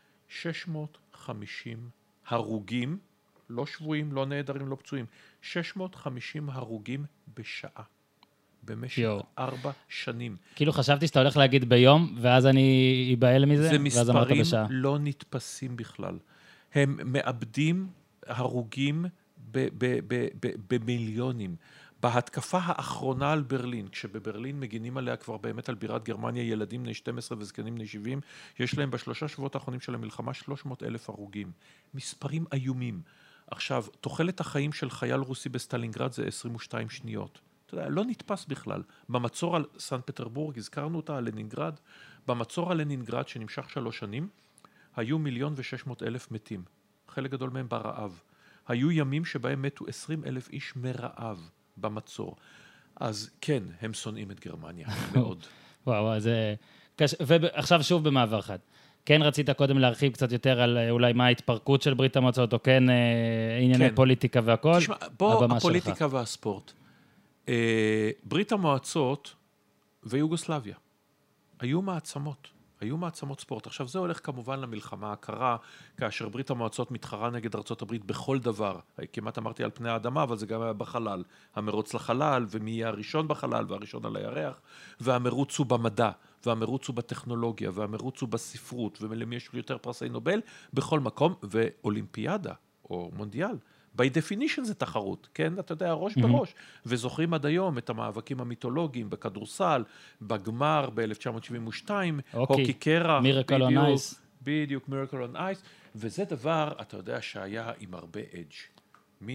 650 הרוגים, לא שבויים, לא נהדרים, לא פצועים, 650 הרוגים בשעה, במשך 4 שנים. כאילו חשבתי שאתה הולך להגיד ביום, ואז אני אבהל מזה, זה מספרים לא נתפסים בכלל. הם מאבדים הרוגים במיליונים. בהתקפה האחרונה על ברלין, כשבברלין מגינים עליה כבר באמת על בירת גרמניה, ילדים בני 12 וזקנים בני 70, יש להם ב3 שבועות האחרונים של המלחמה 300,000 הרוגים. מספרים איומים. עכשיו, תוחלת החיים של חייל רוסי בסטלינגרד זה 22 שניות. אתה יודע, לא נתפס בכלל. במצור על סנט פטרבורג, הזכרנו אותה, על לנינגרד, במצור על לנינגרד שנמשך 3 שנים, היו 1,600,000 מתים. חלק גדול מהם ברעב. היו ימים שבהם מתו 20,000 איש מרעב במצור. אז כן, הם שונאים את גרמניה מאוד. וואו, זה קשה. ועכשיו שוב במעבר אחד. כן רצית קודם להרחיב קצת יותר על אולי מה ההתפרקות של ברית המועצות, או כן ענייני פוליטיקה והכל. תשמע, בוא, הפוליטיקה והספורט. ברית המועצות ויוגוסלביה היו מעצמות. היו מעצמות ספורט. עכשיו זה הולך כמובן למלחמה הקרה, כאשר ברית המועצות מתחרה נגד ארצות הברית בכל דבר. כמעט אמרתי על פני האדמה, אבל זה גם היה בחלל. המרוץ לחלל, ומי יהיה הראשון בחלל, והראשון על הירח, והמרוץ הוא במדע, והמרוץ הוא בטכנולוגיה, והמרוץ הוא בספרות, ולמי יש יותר פרסי נובל, בכל מקום, ואולימפיאדה, או מונדיאל. by definition זה תחרות, כן? אתה יודע, ראש בראש. וזוכרים עד היום את המאבקים המיתולוגיים בכדורסל, בגמר ב-1972, הוקי קרח. מירקל און אייס. בדיוק, מירקל און אייס. וזה דבר, אתה יודע, שהיה עם הרבה אדג'.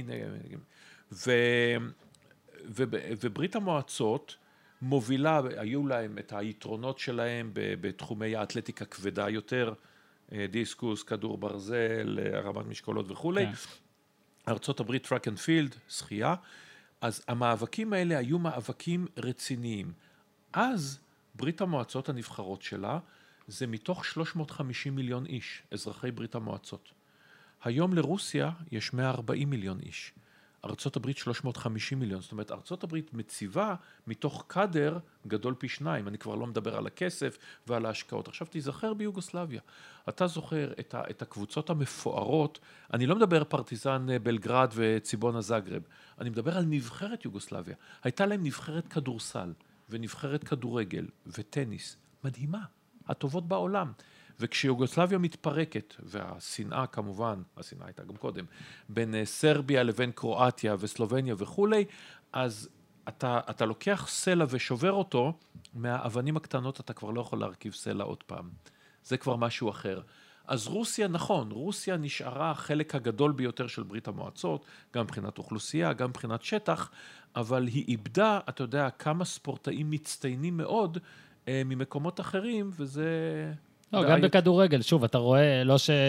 וברית המועצות מובילה, היו להם את היתרונות שלהם בתחומי האתלטיקה כבדה יותר, דיסקוס, כדור ברזל, הרמת משקולות וכו'. ארצות הברית טרק אנד פילד, שחייה, אז המאבקים האלה היו מאבקים רציניים. אז ברית המועצות הנבחרות שלה, זה מתוך 350 מיליון איש, אזרחי ברית המועצות. היום לרוסיה יש 140 מיליון איש. ארצות הברית 350 מיליון, זאת אומרת, ארצות הברית מציבה מתוך קדר גדול פי 2, אני כבר לא מדבר על הכסף ועל ההשקעות. עכשיו תיזכר ביוגוסלביה, אתה זוכר את הקבוצות המפוארות, אני לא מדבר פרטיזן בלגרד וציבונה זגרב, אני מדבר על נבחרת יוגוסלביה, הייתה להם נבחרת כדורסל ונבחרת כדורגל וטניס, מדהימה, הטובות בעולם. וכשיוגוסלביה מתפרקת, והשנאה כמובן, השנאה הייתה גם קודם, בין סרביה לבין קרואטיה וסלובניה וכולי, אז אתה לוקח סלע ושובר אותו, מהאבנים הקטנות אתה כבר לא יכול להרכיב סלע עוד פעם. זה כבר משהו אחר. אז רוסיה, נכון, רוסיה נשארה החלק הגדול ביותר של ברית המועצות, גם מבחינת אוכלוסייה, גם מבחינת שטח, אבל היא איבדה, אתה יודע, כמה ספורטאים מצטיינים מאוד ממקומות אחרים, וזה... לא, גם בכדורגל, שוב, אתה רואה,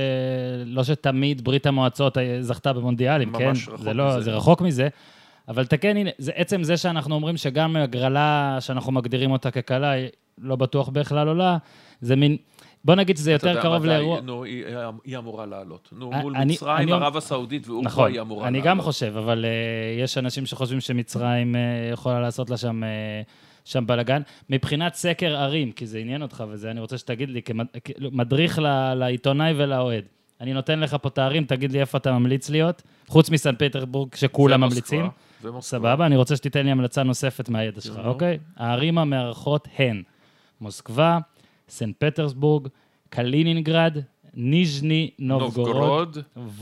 לא שתמיד ברית המועצות זכתה במונדיאלים, כן? זה רחוק מזה, אבל תקן, הנה, עצם זה שאנחנו אומרים שגם הגרלה, שאנחנו מגדירים אותה כקלה, לא בטוח בכלל עולה, זה מין, בוא נגיד שזה יותר קרוב לאירוע. נו, היא אמורה לעלות. נו, מול מצרים, ערב הסעודית ואורוגוואי היא אמורה לעלות. אני גם חושב, אבל יש אנשים שחושבים שמצרים יכולה לעשות לה שם בלגן. מבחינת סקר ערים, כי זה עניין אותך, וזה אני רוצה שתגיד לי, כמדריך לעיתונאי ולאוהד. אני נותן לך פה את הערים, תגיד לי איפה אתה ממליץ להיות, חוץ מסן פטרבורג שכולם ממליצים. סבבה, אני רוצה שתיתן לי המלצה נוספת מהידע שלך, אוקיי? הערים המארחות הן מוסקבה, סן פטרסבורג, קלינינגרד, ניז'ני נובגורוד,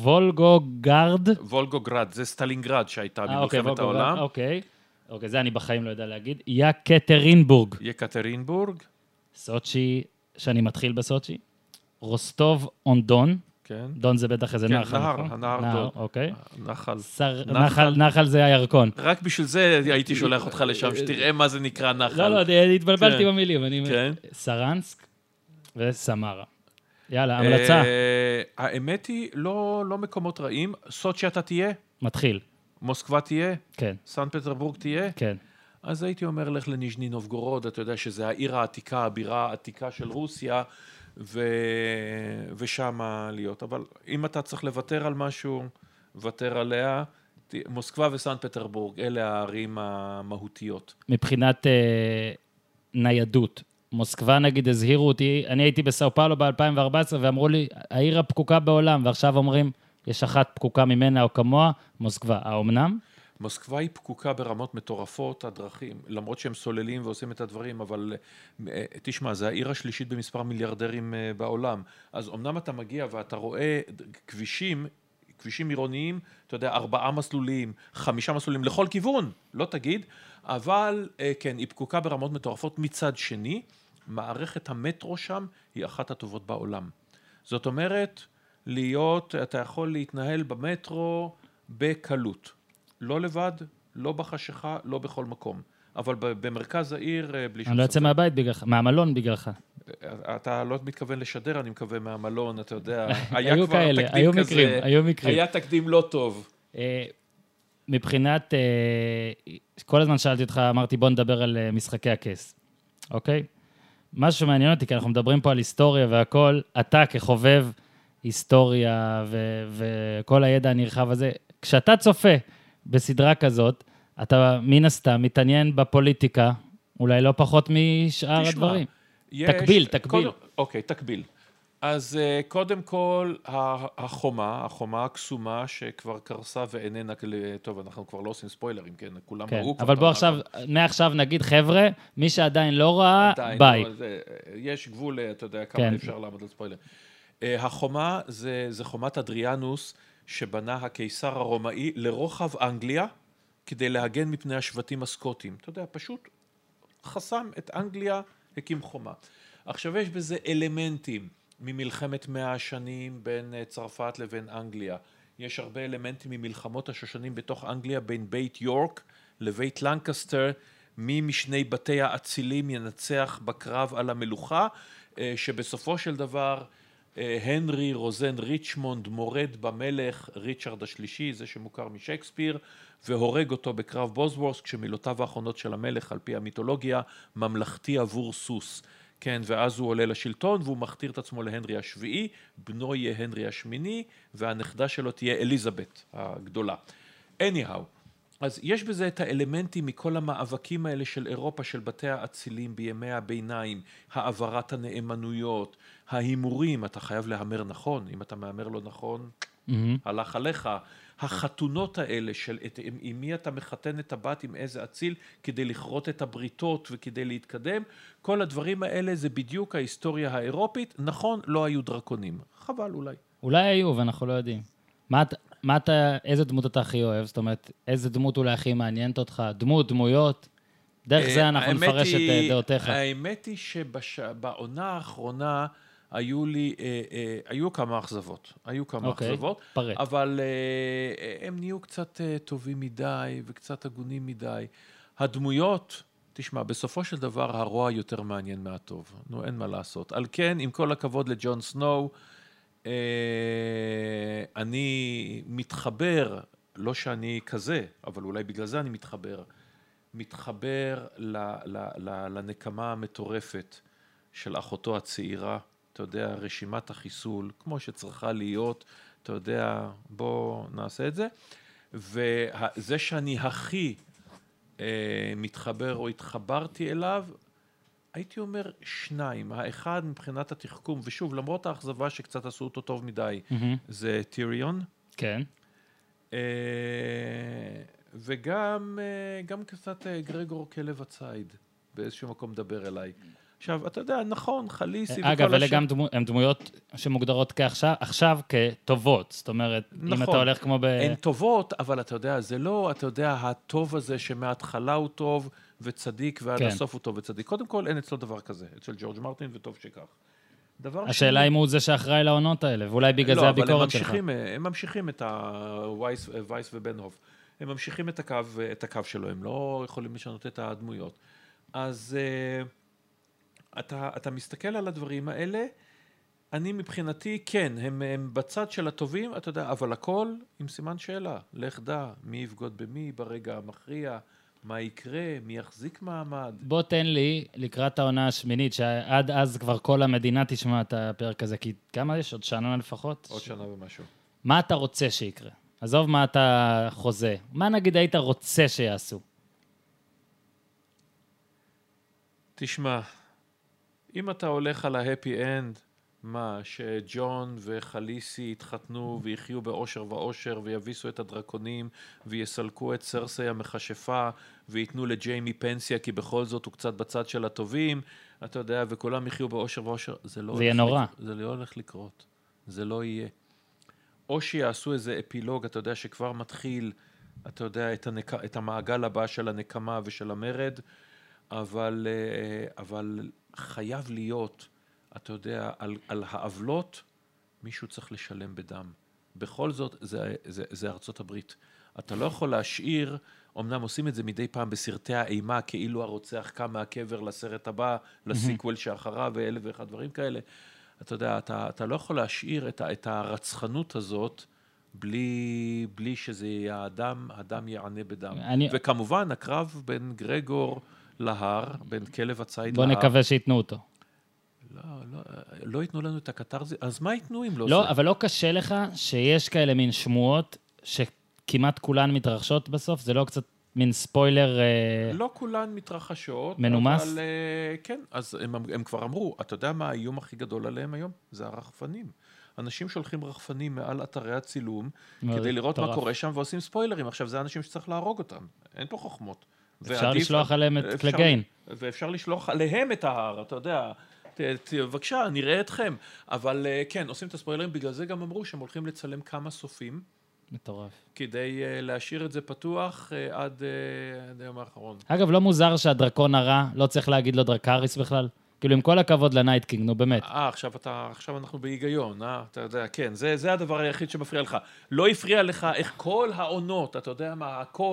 וולגוגרד. וולגוגרד, זה סטלינגרד שהייתה במלחמת העולם. אוקיי, זה אני בחיים לא יודע להגיד. יקטרינבורג. יקטרינבורג. סוצ'י, שאני מתחיל בסוצ'י. רוסטוב און דון. כן. דון זה בטח איזה נחל. כן, הנהר דון. אוקיי. נחל. נחל זה הירקון. רק בשביל זה הייתי שולח אותך לשם, שתראה מה זה נקרא נחל. לא, אני התבלבלתי במילים. סרנסק וסמרה. יאללה, המלצה. האמת היא, לא מקומות רעים. סוצ'י אתה תהיה? מתחיל. מוסקבה תהיה? כן. סן פטרבורג תהיה? כן. אז הייתי אומר, לך לניז'ני נובגורוד, אתה יודע שזה העיר העתיקה, הבירה העתיקה של רוסיה, ושם להיות. אבל אם אתה צריך לוותר על משהו, ותר עליה. מוסקבה וסן פטרבורג, אלה הערים המהותיות. מבחינת ניידות, מוסקבה נגיד הזהירו אותי, אני הייתי בסאו פאולו ב-2014, ואמרו לי, העיר הפקוקה בעולם, ועכשיו אומרים, יש אחת פקוקה ממנה או כמוה, מוסקבה. האומנם? מוסקבה היא פקוקה ברמות מטורפות, הדרכים, למרות שהם סוללים ועושים את הדברים, אבל תשמע, זה העיר השלישית במספר מיליארדרים בעולם. אז אמנם אתה מגיע ואתה רואה כבישים עירוניים, אתה יודע, 4 מסלולים, 5 מסלולים לכל כיוון, לא תגיד, אבל כן, היא פקוקה ברמות מטורפות. מצד שני, מערכת המטרו שם היא אחת הטובות בעולם. זאת אומרת, אתה יכול להתנהל במטרו בקלות. לא לבד, לא בחשיכה, לא בכל מקום. אבל במרכז העיר, בלי שום אני לא יוצא מהבית בגללך, מהמלון בגללך. אתה לא מתכוון לשדר, אני מקווה מהמלון, אתה יודע. היו כאלה, היו מקרים. היה תקדים לא טוב. מבחינת, כל הזמן שאלתי אותך, אמרתי בוא נדבר על משחקי הכס. אוקיי? משהו מעניין אותי, כי אנחנו מדברים פה על היסטוריה והכל, אתה כחובב היסטוריה וכל הידע הנרחב הזה, כשאתה צופה בסדרה כזאת, אתה מן הסתם מתעניין בפוליטיקה, אולי לא פחות משאר הדברים. תקביל. אוקיי, תקביל. אז קודם כל, החומה הקסומה שכבר קרסה ואיננה, טוב, אנחנו כבר לא עושים ספוילרים, כן, כולם ראו. אבל בוא עכשיו, מעכשיו נגיד, חבר'ה, מי שעדיין לא ראה, ביי. יש גבול, אתה יודע, כמה אפשר לעמוד על ספוילר. החומה זה חומת אדריאנוס, שבנה הקיסר הרומאי לרוחב אנגליה, כדי להגן מפני השבטים הסקוטים. אתה יודע, פשוט חסם את אנגליה, הקים חומה. עכשיו יש בזה אלמנטים ממלחמת 100 השנים בין צרפת לבין אנגליה. יש הרבה אלמנטים ממלחמות השושנים בתוך אנגליה, בין בית יורק לבית לנקסטר, מי משני בתי האצילים ינצח בקרב על המלוכה, שבסופו של דבר הנרי רוזן ריצ'מונד מורד במלך ריצ'רד השלישי, זה שמוכר משייקספיר, והורג אותו בקרב בוזוורס, כשמילותיו האחרונות של המלך, על פי המיתולוגיה, ממלכתי עבור סוס. כן, ואז הוא עולה לשלטון, והוא מכתיר את עצמו להנרי השביעי, בנו יהיה הנרי השמיני, והנכדה שלו תהיה אליזבת הגדולה. anyhow, אז יש בזה את האלמנטים מכל המאבקים האלה של אירופה, של בתי האצילים בימי הביניים, העברת הנאמנויות, ההימורים, אתה חייב להמר נכון, אם אתה מאמר לא נכון, הלך עליך, החתונות האלה של עם מי אתה מחתן את הבת, עם איזה אציל, כדי לכרות את הבריתות וכדי להתקדם, כל הדברים האלה זה בדיוק ההיסטוריה האירופית, נכון, לא היו דרקונים, חבל אולי. אולי היו, ואנחנו לא יודעים. איזה דמות אתה הכי אוהב? זאת אומרת, איזה דמות אולי הכי מעניינת אותך? דמויות? דרך זה אנחנו נפרש את דעותיך. האמת היא שבעונה האחרונה היו כמה אכזבות. אבל הם נהיו קצת טובים מדי וקצת הגונים מדי. הדמויות, תשמע, בסופו של דבר הרוע יותר מעניין מהטוב. נו, אין מה לעשות. על כן, עם כל הכבוד לג'ון סנואו, אני מתחבר, לא שאני כזה, אבל אולי בגלל זה אני מתחבר לנקמה המטורפת של אחותו הצעירה, אתה יודע, רשימת החיסול, כמו שצריכה להיות, אתה יודע, בוא נעשה את זה, וזה שאני הכי מתחבר או התחברתי אליו, הייתי אומר שניים, האחד מבחינת התחכום, ושוב, למרות האכזבה שקצת עשו אותו טוב מדי, זה טיריון. כן. וגם קצת גרגור כלב הציד, באיזשהו מקום מדבר אליי. עכשיו, אתה יודע, נכון, חליסי... אגב, אלה גם הן דמויות שמוגדרות עכשיו כטובות, זאת אומרת, נכון, אם אתה הולך כמו הן טובות, אבל אתה יודע, זה לא, אתה יודע, הטוב הזה שמההתחלה הוא טוב וצדיק, ועד הסוף הוא טוב וצדיק. קודם כל, אין אצלו דבר כזה, אצל ג'ורג' מרטין, וטוב שכך. השאלה אם הוא זה שאחראי לעונות האלה, ואולי בגלל זה הביקורת שלך. לא, אבל הם ממשיכים את וייס ובנהוף. הם ממשיכים את הקו שלו, הם לא יכולים לשנות את הדמויות. אז אתה מסתכל על הדברים האלה, אני מבחינתי, כן, הם בצד של הטובים, אתה יודע, אבל הכל עם סימן שאלה. לך דע, מי יבגוד במי ברגע המכריע, מה יקרה, מי יחזיק מעמד. בוא תן לי, לקראת העונה השמינית, שעד אז כבר כל המדינה תשמע את הפרק הזה, כי כמה יש? עוד שנה לפחות? עוד שנה ומשהו. מה אתה רוצה שיקרה? עזוב מה אתה חוזה. מה נגיד היית רוצה שיעשו? תשמע, אם אתה הולך על ההפי אנד, מה, שג'ון וחליסי יתחתנו ויחיו באושר ואושר ויביסו את הדרקונים ויסלקו את סרסי המכשפה ויתנו לג'יימי פנסיה כי בכל זאת הוא קצת בצד של הטובים, אתה יודע, וכולם יחיו באושר ואושר, זה יהיה נורא. זה לא הולך לקרות, זה לא יהיה. או שיעשו איזה אפילוג, אתה יודע, שכבר מתחיל, אתה יודע, את המעגל הבא של הנקמה ושל המרד, אבל חייב להיות, אתה יודע, על העוולות, מישהו צריך לשלם בדם. בכל זאת, זה ארצות הברית. אתה לא יכול להשאיר, אמנם עושים את זה מדי פעם בסרטי האימה, כאילו הרוצח קם מהקבר לסרט הבא, לסיקוול שאחריו, ואלף ואחד דברים כאלה. אתה יודע, אתה לא יכול להשאיר את הרצחנות הזאת, בלי שזה יהיה האדם יענה בדם. וכמובן, הקרב בין גרגור להר, בין כלב הציד להר. בוא נקווה שיתנו אותו. לא ייתנו לנו את הקטרזי, אז מה ייתנו אם לא זה? לא, אבל לא קשה לך שיש כאלה מין שמועות שכמעט כולן מתרחשות בסוף? זה לא קצת מין ספוילר לא כולן מתרחשות. מנומס? אבל כן, אז הם כבר אמרו, אתה יודע מה האיום הכי גדול עליהם היום? זה הרחפנים. אנשים שולחים רחפנים מעל אתרי הצילום, כדי לראות מה קורה שם ועושים ספוילרים. עכשיו, זה האנשים שצריך להרוג אותם. אין פה חוכמות. אפשר לשלוח עליהם את קלגיין. ואפשר לשלוח עליהם את ההר, אתה יודע. בבקשה, נראה אתכם. אבל כן, עושים את הספוילרים, בגלל זה גם אמרו שהם הולכים לצלם כמה סופים. מטורף. כדי להשאיר את זה פתוח עד היום האחרון. אגב, לא מוזר שהדרקון הרע, לא צריך להגיד לו דרקריס בכלל? כאילו, עם כל הכבוד לנייט קינג, נו באמת. עכשיו אנחנו בהיגיון, אתה יודע, כן, זה הדבר היחיד שמפריע לך. לא הפריע לך איך כל העונות, אתה יודע מה, הכל,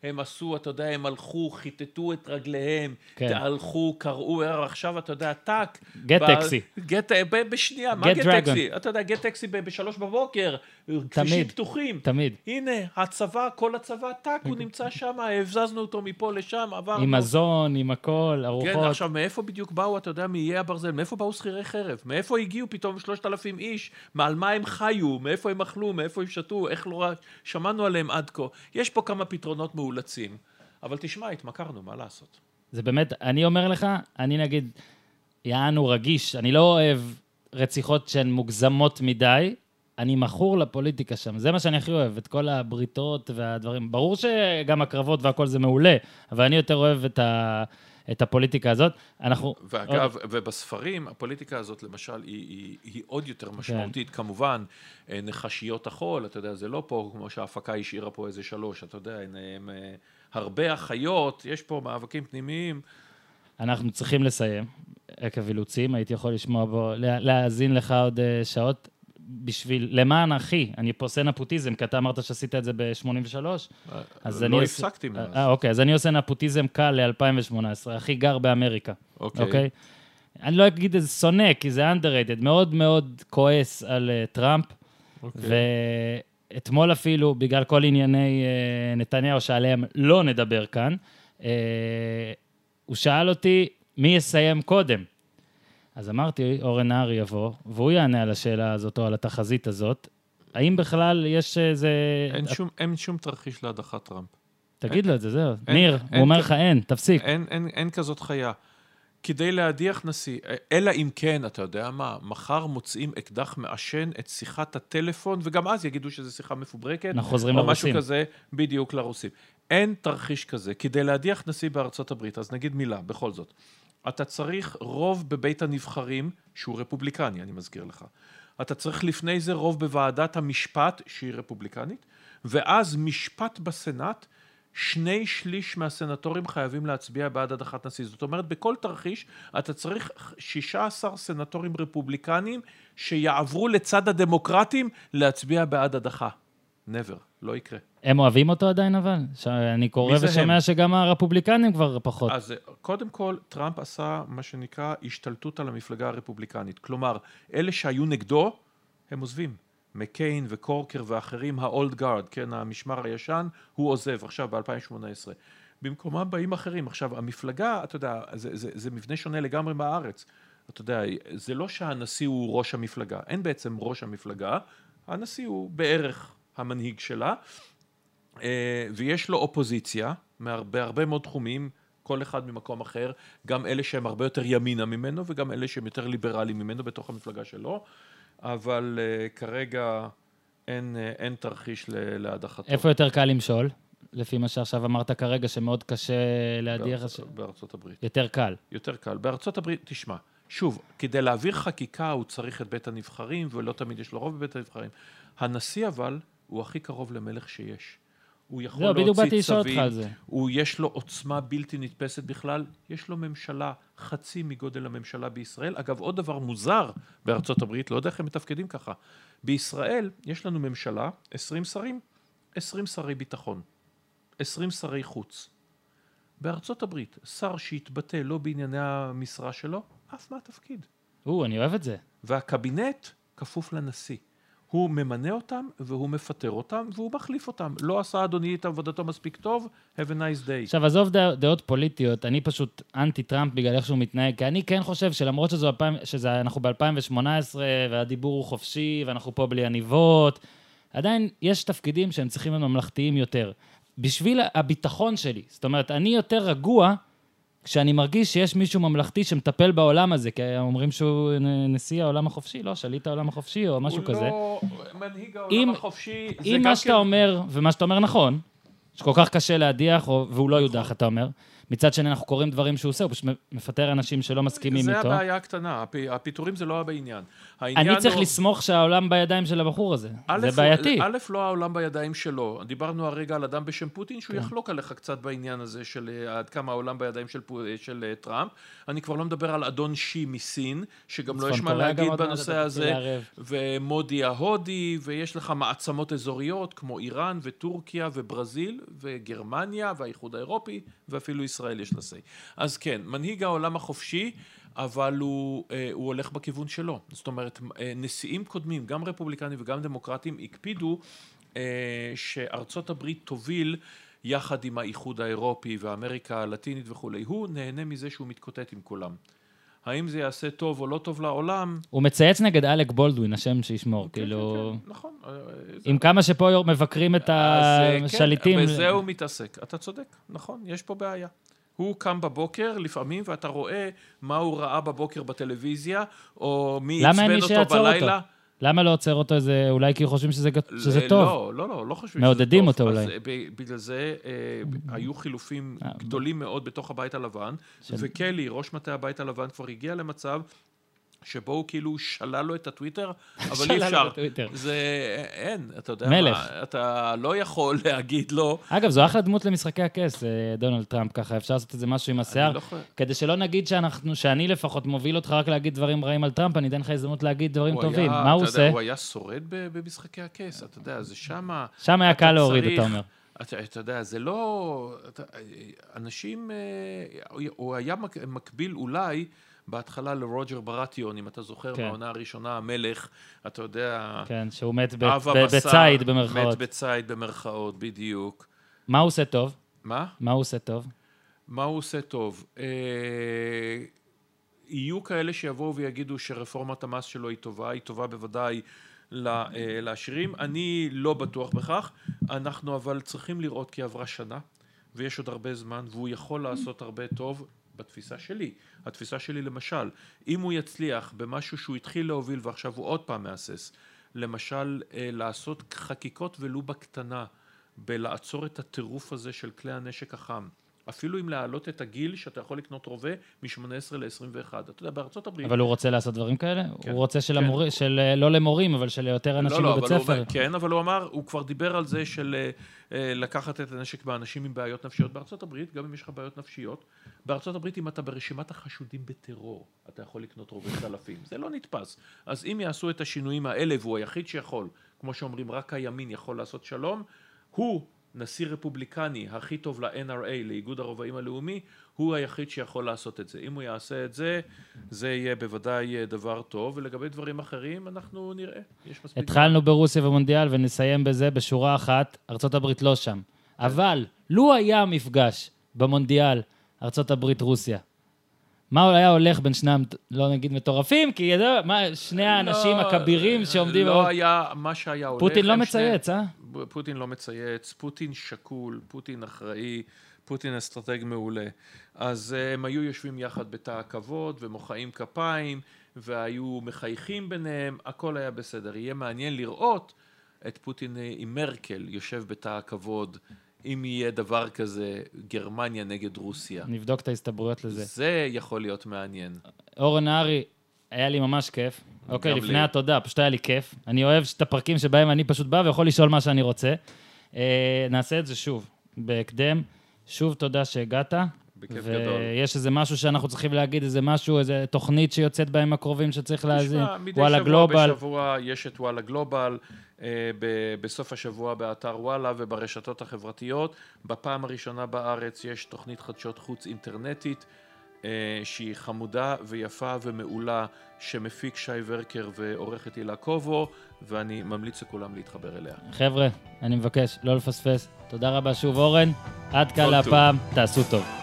הם עשו, אתה יודע, הם הלכו, חיטטו את רגליהם, כן. הלכו, קראו, עכשיו אתה יודע, טק. גט טקסי. בשנייה, מה גט טקסי? אתה יודע, גט טקסי ב-3 בבוקר, כבישים פתוחים. תמיד. הנה, הצבא, כל הצבא, טק, הוא נמצא שם, הבזזנו אותו מפה לשם, עברנו. עם מזון, עם הכל, ארוחות. כן, עכשיו, מאיפה בדיוק באו, אתה יודע, מאיי הברזל, מאיפה באו שכירי חרב? מאיפה הגיעו פתאום 3,000 איש? מעל מה הם חיו? מאיפה הם אכלו? מאיפה הם שתו? איך לא שמענו עליהם עד כה? יש פה כמה פתרונות מאולצים, אבל תשמע, התמכרנו, מה לעשות? זה באמת, אני אומר לך, אני נגיד, יענו רגיש, אני לא אוהב רציחות שהן מוגזמות מדי, אני מכור לפוליטיקה שם, זה מה שאני הכי אוהב, את כל הבריתות והדברים. ברור שגם הקרבות והכל זה מעולה, אבל אני יותר אוהב את הפוליטיקה הזאת. ואגב, ובספרים, הפוליטיקה הזאת למשל היא עוד יותר משמעותית, כמובן, נחשיות החול, אתה יודע, זה לא פה כמו שההפקה השאירה פה איזה 3, אתה יודע, הם הרבה החיות, יש פה מאבקים פנימיים. אנחנו צריכים לסיים, עקב אילוצים, הייתי יכול לשמוע בו, להאזין לך עוד שעות, בשביל, למען אחי, אני פה עושה נפוטיזם, כי אתה אמרת שעשית את זה ב-83. לא הפסקתי מאז. אוקיי, אז אני עושה נפוטיזם קל ל-2018, אחי גר באמריקה. אוקיי? אני לא אגיד איזה שונא, כי זה underrated, מאוד מאוד כועס על טראמפ, ואתמול אפילו, בגלל כל ענייני נתניהו שעליהם לא נדבר כאן, הוא שאל אותי, מי יסיים קודם? אז אמרתי, אורן נהרי יבוא, והוא יענה על השאלה הזאת או על התחזית הזאת. האם בכלל יש איזה... אין שום תרחיש להדחת טראמפ. תגיד לו את זה, זהו. ניר, הוא אומר לך אין, תפסיק. אין כזאת חיה. כדי להדיח נשיא, אלא אם כן, אתה יודע מה, מחר מוצאים אקדח מעשן את שיחת הטלפון, וגם אז יגידו שזו שיחה מפוברקת. אנחנו חוזרים לרוסים. או משהו כזה, בדיוק לרוסים. אין תרחיש כזה. כדי להדיח נשיא בארצות הברית, אז נגיד מילה, בכל זאת. אתה צריך רוב בבית הנבחרים, שהוא רפובליקני, אני מזכיר לך. אתה צריך לפני זה רוב בוועדת המשפט, שהיא רפובליקנית, ואז משפט בסנאט, 2/3 מהסנטורים חייבים להצביע בעד הדחת נשיא. זאת אומרת, בכל תרחיש, אתה צריך 16 סנטורים רפובליקנים, שיעברו לצד הדמוקרטים להצביע בעד הדחה. never, לא יקרה. הם אוהבים אותו עדיין אבל? אני קורא ושומע שגם הרפובליקנים כבר פחות. אז קודם כל, טראמפ עשה מה שנקרא השתלטות על המפלגה הרפובליקנית. כלומר, אלה שהיו נגדו, הם עוזבים. מקיין וקורקר ואחרים, ה-old guard, כן, המשמר הישן, הוא עוזב עכשיו ב-2018. במקומם באים אחרים. עכשיו, המפלגה, אתה יודע, זה מבנה שונה לגמרי בארץ. אתה יודע, זה לא שהנשיא הוא ראש המפלגה. אין בעצם ראש המפלגה. הנשיא הוא בערך המנהיג שלה. ויש לו אופוזיציה, בהרבה מאוד תחומים, כל אחד ממקום אחר, גם אלה שהם הרבה יותר ימינה ממנו, וגם אלה שהם יותר ליברליים ממנו בתוך המפלגה שלו, אבל כרגע אין תרחיש להדחתו. איפה יותר קל למשול? לפי מה שעכשיו אמרת כרגע, שמאוד קשה להדיח... בארצות הברית. יותר קל. יותר קל. בארצות הברית, תשמע, שוב, כדי להעביר חקיקה הוא צריך את בית הנבחרים, ולא תמיד יש לו רוב בבית הנבחרים. הנשיא אבל הוא הכי קרוב למלך שיש. הוא יכול להוציא צווים, יש לו עוצמה בלתי נתפסת בכלל, יש לו ממשלה חצי מגודל הממשלה בישראל. אגב, עוד דבר מוזר בארצות הברית, לא יודע איך הם מתפקדים ככה. בישראל יש לנו ממשלה, 20 שרים, 20 שרי ביטחון, 20 שרי חוץ. בארצות הברית, שר שהתבטא לא בענייני המשרה שלו, אף מהתפקיד. אני אוהב את זה. והקבינט כפוף לנשיא. הוא ממנה אותם, והוא מפטר אותם, והוא מחליף אותם. לא עשה אדוני את עבודתו מספיק טוב, have a nice day. עכשיו, עזוב דעות פוליטיות, אני פשוט אנטי טראמפ בגלל איך שהוא מתנהג, כי אני כן חושב שלמרות שאנחנו ב-2018, והדיבור הוא חופשי, ואנחנו פה בלי עניבות, עדיין יש תפקידים שהם צריכים להיות ממלכתיים יותר. בשביל הביטחון שלי, זאת אומרת, אני יותר רגוע, כשאני מרגיש שיש מישהו ממלכתי שמטפל בעולם הזה, כי אומרים שהוא נשיא העולם החופשי, לא, שליט העולם החופשי או משהו כזה. הוא לא מנהיג העולם החופשי. אם מה שאתה אומר, ומה שאתה אומר נכון, שכל כך קשה להדיח, והוא לא יודח, אתה אומר, מצד שני אנחנו קוראים דברים שהוא עושה, הוא פשוט מפטר אנשים שלא מסכימים איתו. זה הבעיה הקטנה, הפיטורים זה לא בעניין. אני צריך לסמוך שהעולם בידיים של הבחור הזה, זה בעייתי. א', לא העולם בידיים שלו, דיברנו הרגע על אדם בשם פוטין, שהוא יחלוק עליך קצת בעניין הזה של עד כמה העולם בידיים של טראמפ. אני כבר לא מדבר על אדון שי מסין, שגם לא יש מה להגיד בנושא הזה, ומודי ההודי, ויש לך מעצמות אזוריות כמו איראן וטורקיה וברזיל וגרמניה והאיחוד האירופי, ואפילו ישראל יש לסי. אז כן, מנהיג העולם החופשי, אבל הוא הולך בכיוון שלו. זאת אומרת, נשיאים קודמים, גם רפובליקנים וגם דמוקרטים, הקפידו שארצות הברית תוביל יחד עם האיחוד האירופי והאמריקה הלטינית וכו'. הוא נהנה מזה שהוא מתקוטט עם כולם. האם זה יעשה טוב או לא טוב לעולם? הוא מצייץ נגד אלק בולדווין, השם שישמור, כאילו... כן, נכון. עם כמה שפה מבקרים את השליטים... כן, בזה הוא מתעסק. אתה צודק, נכון, יש פה בעיה. הוא קם בבוקר לפעמים, ואתה רואה מה הוא ראה בבוקר בטלוויזיה, או מי עצבן אותו בלילה. למה לא עוצר אותו איזה, אולי כי חושבים שזה טוב? לא חושבים שזה טוב. מעודדים אותו אולי. בגלל זה היו חילופים גדולים מאוד בתוך הבית הלבן, וקלי, ראש מטה הבית הלבן, כבר הגיע למצב שבו הוא כאילו שלל לו את הטוויטר, אבל אי אפשר. זה אין, אתה יודע מה, אתה לא יכול להגיד לו. אגב, זו אחלה דמות למשחקי הכס, דונלד טראמפ, ככה אפשר לעשות איזה משהו עם השיער, כדי שלא נגיד שאני לפחות מוביל אותך רק להגיד דברים רעים על טראמפ, אני אתן לך הזדמנות להגיד דברים טובים. מה הוא עושה? הוא היה שורד במשחקי הכס, אתה יודע, זה שמה... שם היה קל להוריד, אתה אומר. אתה יודע, זה לא... אנשים... הוא היה מקביל אולי... בהתחלה לרוג'ר ברטיון, אם אתה זוכר, מהעונה הראשונה, המלך, אתה יודע... כן, שהוא מת בצייד במרכאות. מת בצייד במרכאות, בדיוק. מה הוא עושה טוב? מה? מה הוא עושה טוב? מה הוא עושה טוב? יהיו כאלה שיבואו ויגידו שרפורמת המס שלו היא טובה בוודאי לעשירים. אני לא בטוח בכך, אנחנו אבל צריכים לראות כי עברה שנה, ויש עוד הרבה זמן, והוא יכול לעשות הרבה טוב, בתפיסה שלי. התפיסה שלי למשל, אם הוא יצליח במשהו שהוא התחיל להוביל ועכשיו הוא עוד פעם מאסס, למשל לעשות חקיקות ולו בקטנה, בלעצור את הטירוף הזה של כלי הנשק החם, אפילו אם להעלות את הגיל שאתה יכול לקנות רובה מ-18 ל-21. אתה יודע, בארצות הברית... אבל הוא רוצה לעשות דברים כאלה? כן, הוא רוצה לא למורים, אבל של יותר אנשים בבית ספר. כן, אבל הוא אמר, הוא כבר דיבר על זה של לקחת את הנשק באנשים עם בעיות נפשיות. בארצות הברית, גם אם יש לך בעיות נפשיות, בארצות הברית, אם אתה ברשימת החשודים בטרור, אתה יכול לקנות רובה צלפים. זה לא נתפס. אז אם יעשו את השינויים האלה, והוא היחיד שיכול, כמו שאומרים, רק הימין יכול לעשות שלום, הוא נשיא רפובליקני הכי טוב ל-NRA, לאיגוד הרובעים הלאומי, הוא היחיד שיכול לעשות את זה. אם הוא יעשה את זה, זה יהיה בוודאי דבר טוב, ולגבי דברים אחרים אנחנו נראה. התחלנו ברוסיה ומונדיאל ונסיים בזה בשורה אחת, ארצות הברית לא שם. אבל, לו היה מפגש במונדיאל, ארצות הברית רוסיה, מה היה הולך בין שנם, לא נגיד מטורפים, כי שני האנשים הכבירים שעומדים... לא היה, מה שהיה הולך... פוטין לא מצייץ, פוטין לא מצייץ, פוטין שקול, פוטין אחראי, פוטין אסטרטג מעולה. אז הם היו יושבים יחד בתא הכבוד ומוחאים כפיים, והיו מחייכים ביניהם, הכל היה בסדר. יהיה מעניין לראות את פוטין עם מרקל יושב בתא הכבוד, אם יהיה דבר כזה, גרמניה נגד רוסיה. נבדוק את ההסתברויות לזה. זה יכול להיות מעניין. אורן נהרי, היה לי ממש כיף. אוקיי, לפני התודה, פשוט היה לי כיף. אני אוהב את הפרקים שבהם אני פשוט בא ויכול לשאול מה שאני רוצה. נעשה את זה שוב, בהקדם. שוב תודה שהגעת. בכיף גדול. ויש איזה משהו שאנחנו צריכים להגיד, איזה משהו, איזה תוכנית שיוצאת בהם הקרובים שצריך להזין. וואלה גלובל. מדי שבוע בשבוע יש את וואלה גלובל, בסוף השבוע באתר וואלה וברשתות החברתיות. בפעם הראשונה בארץ יש תוכנית חדשות חוץ אינטרנטית, שהיא חמודה ויפה ומעולה, שמפיק שי ורקר ועורכת הילה קובו, ואני ממליץ לכולם להתחבר אליה. חבר'ה, אני מבקש לא לפספס. תודה רבה שוב אורן, עד כאן להפעם, תעשו טוב.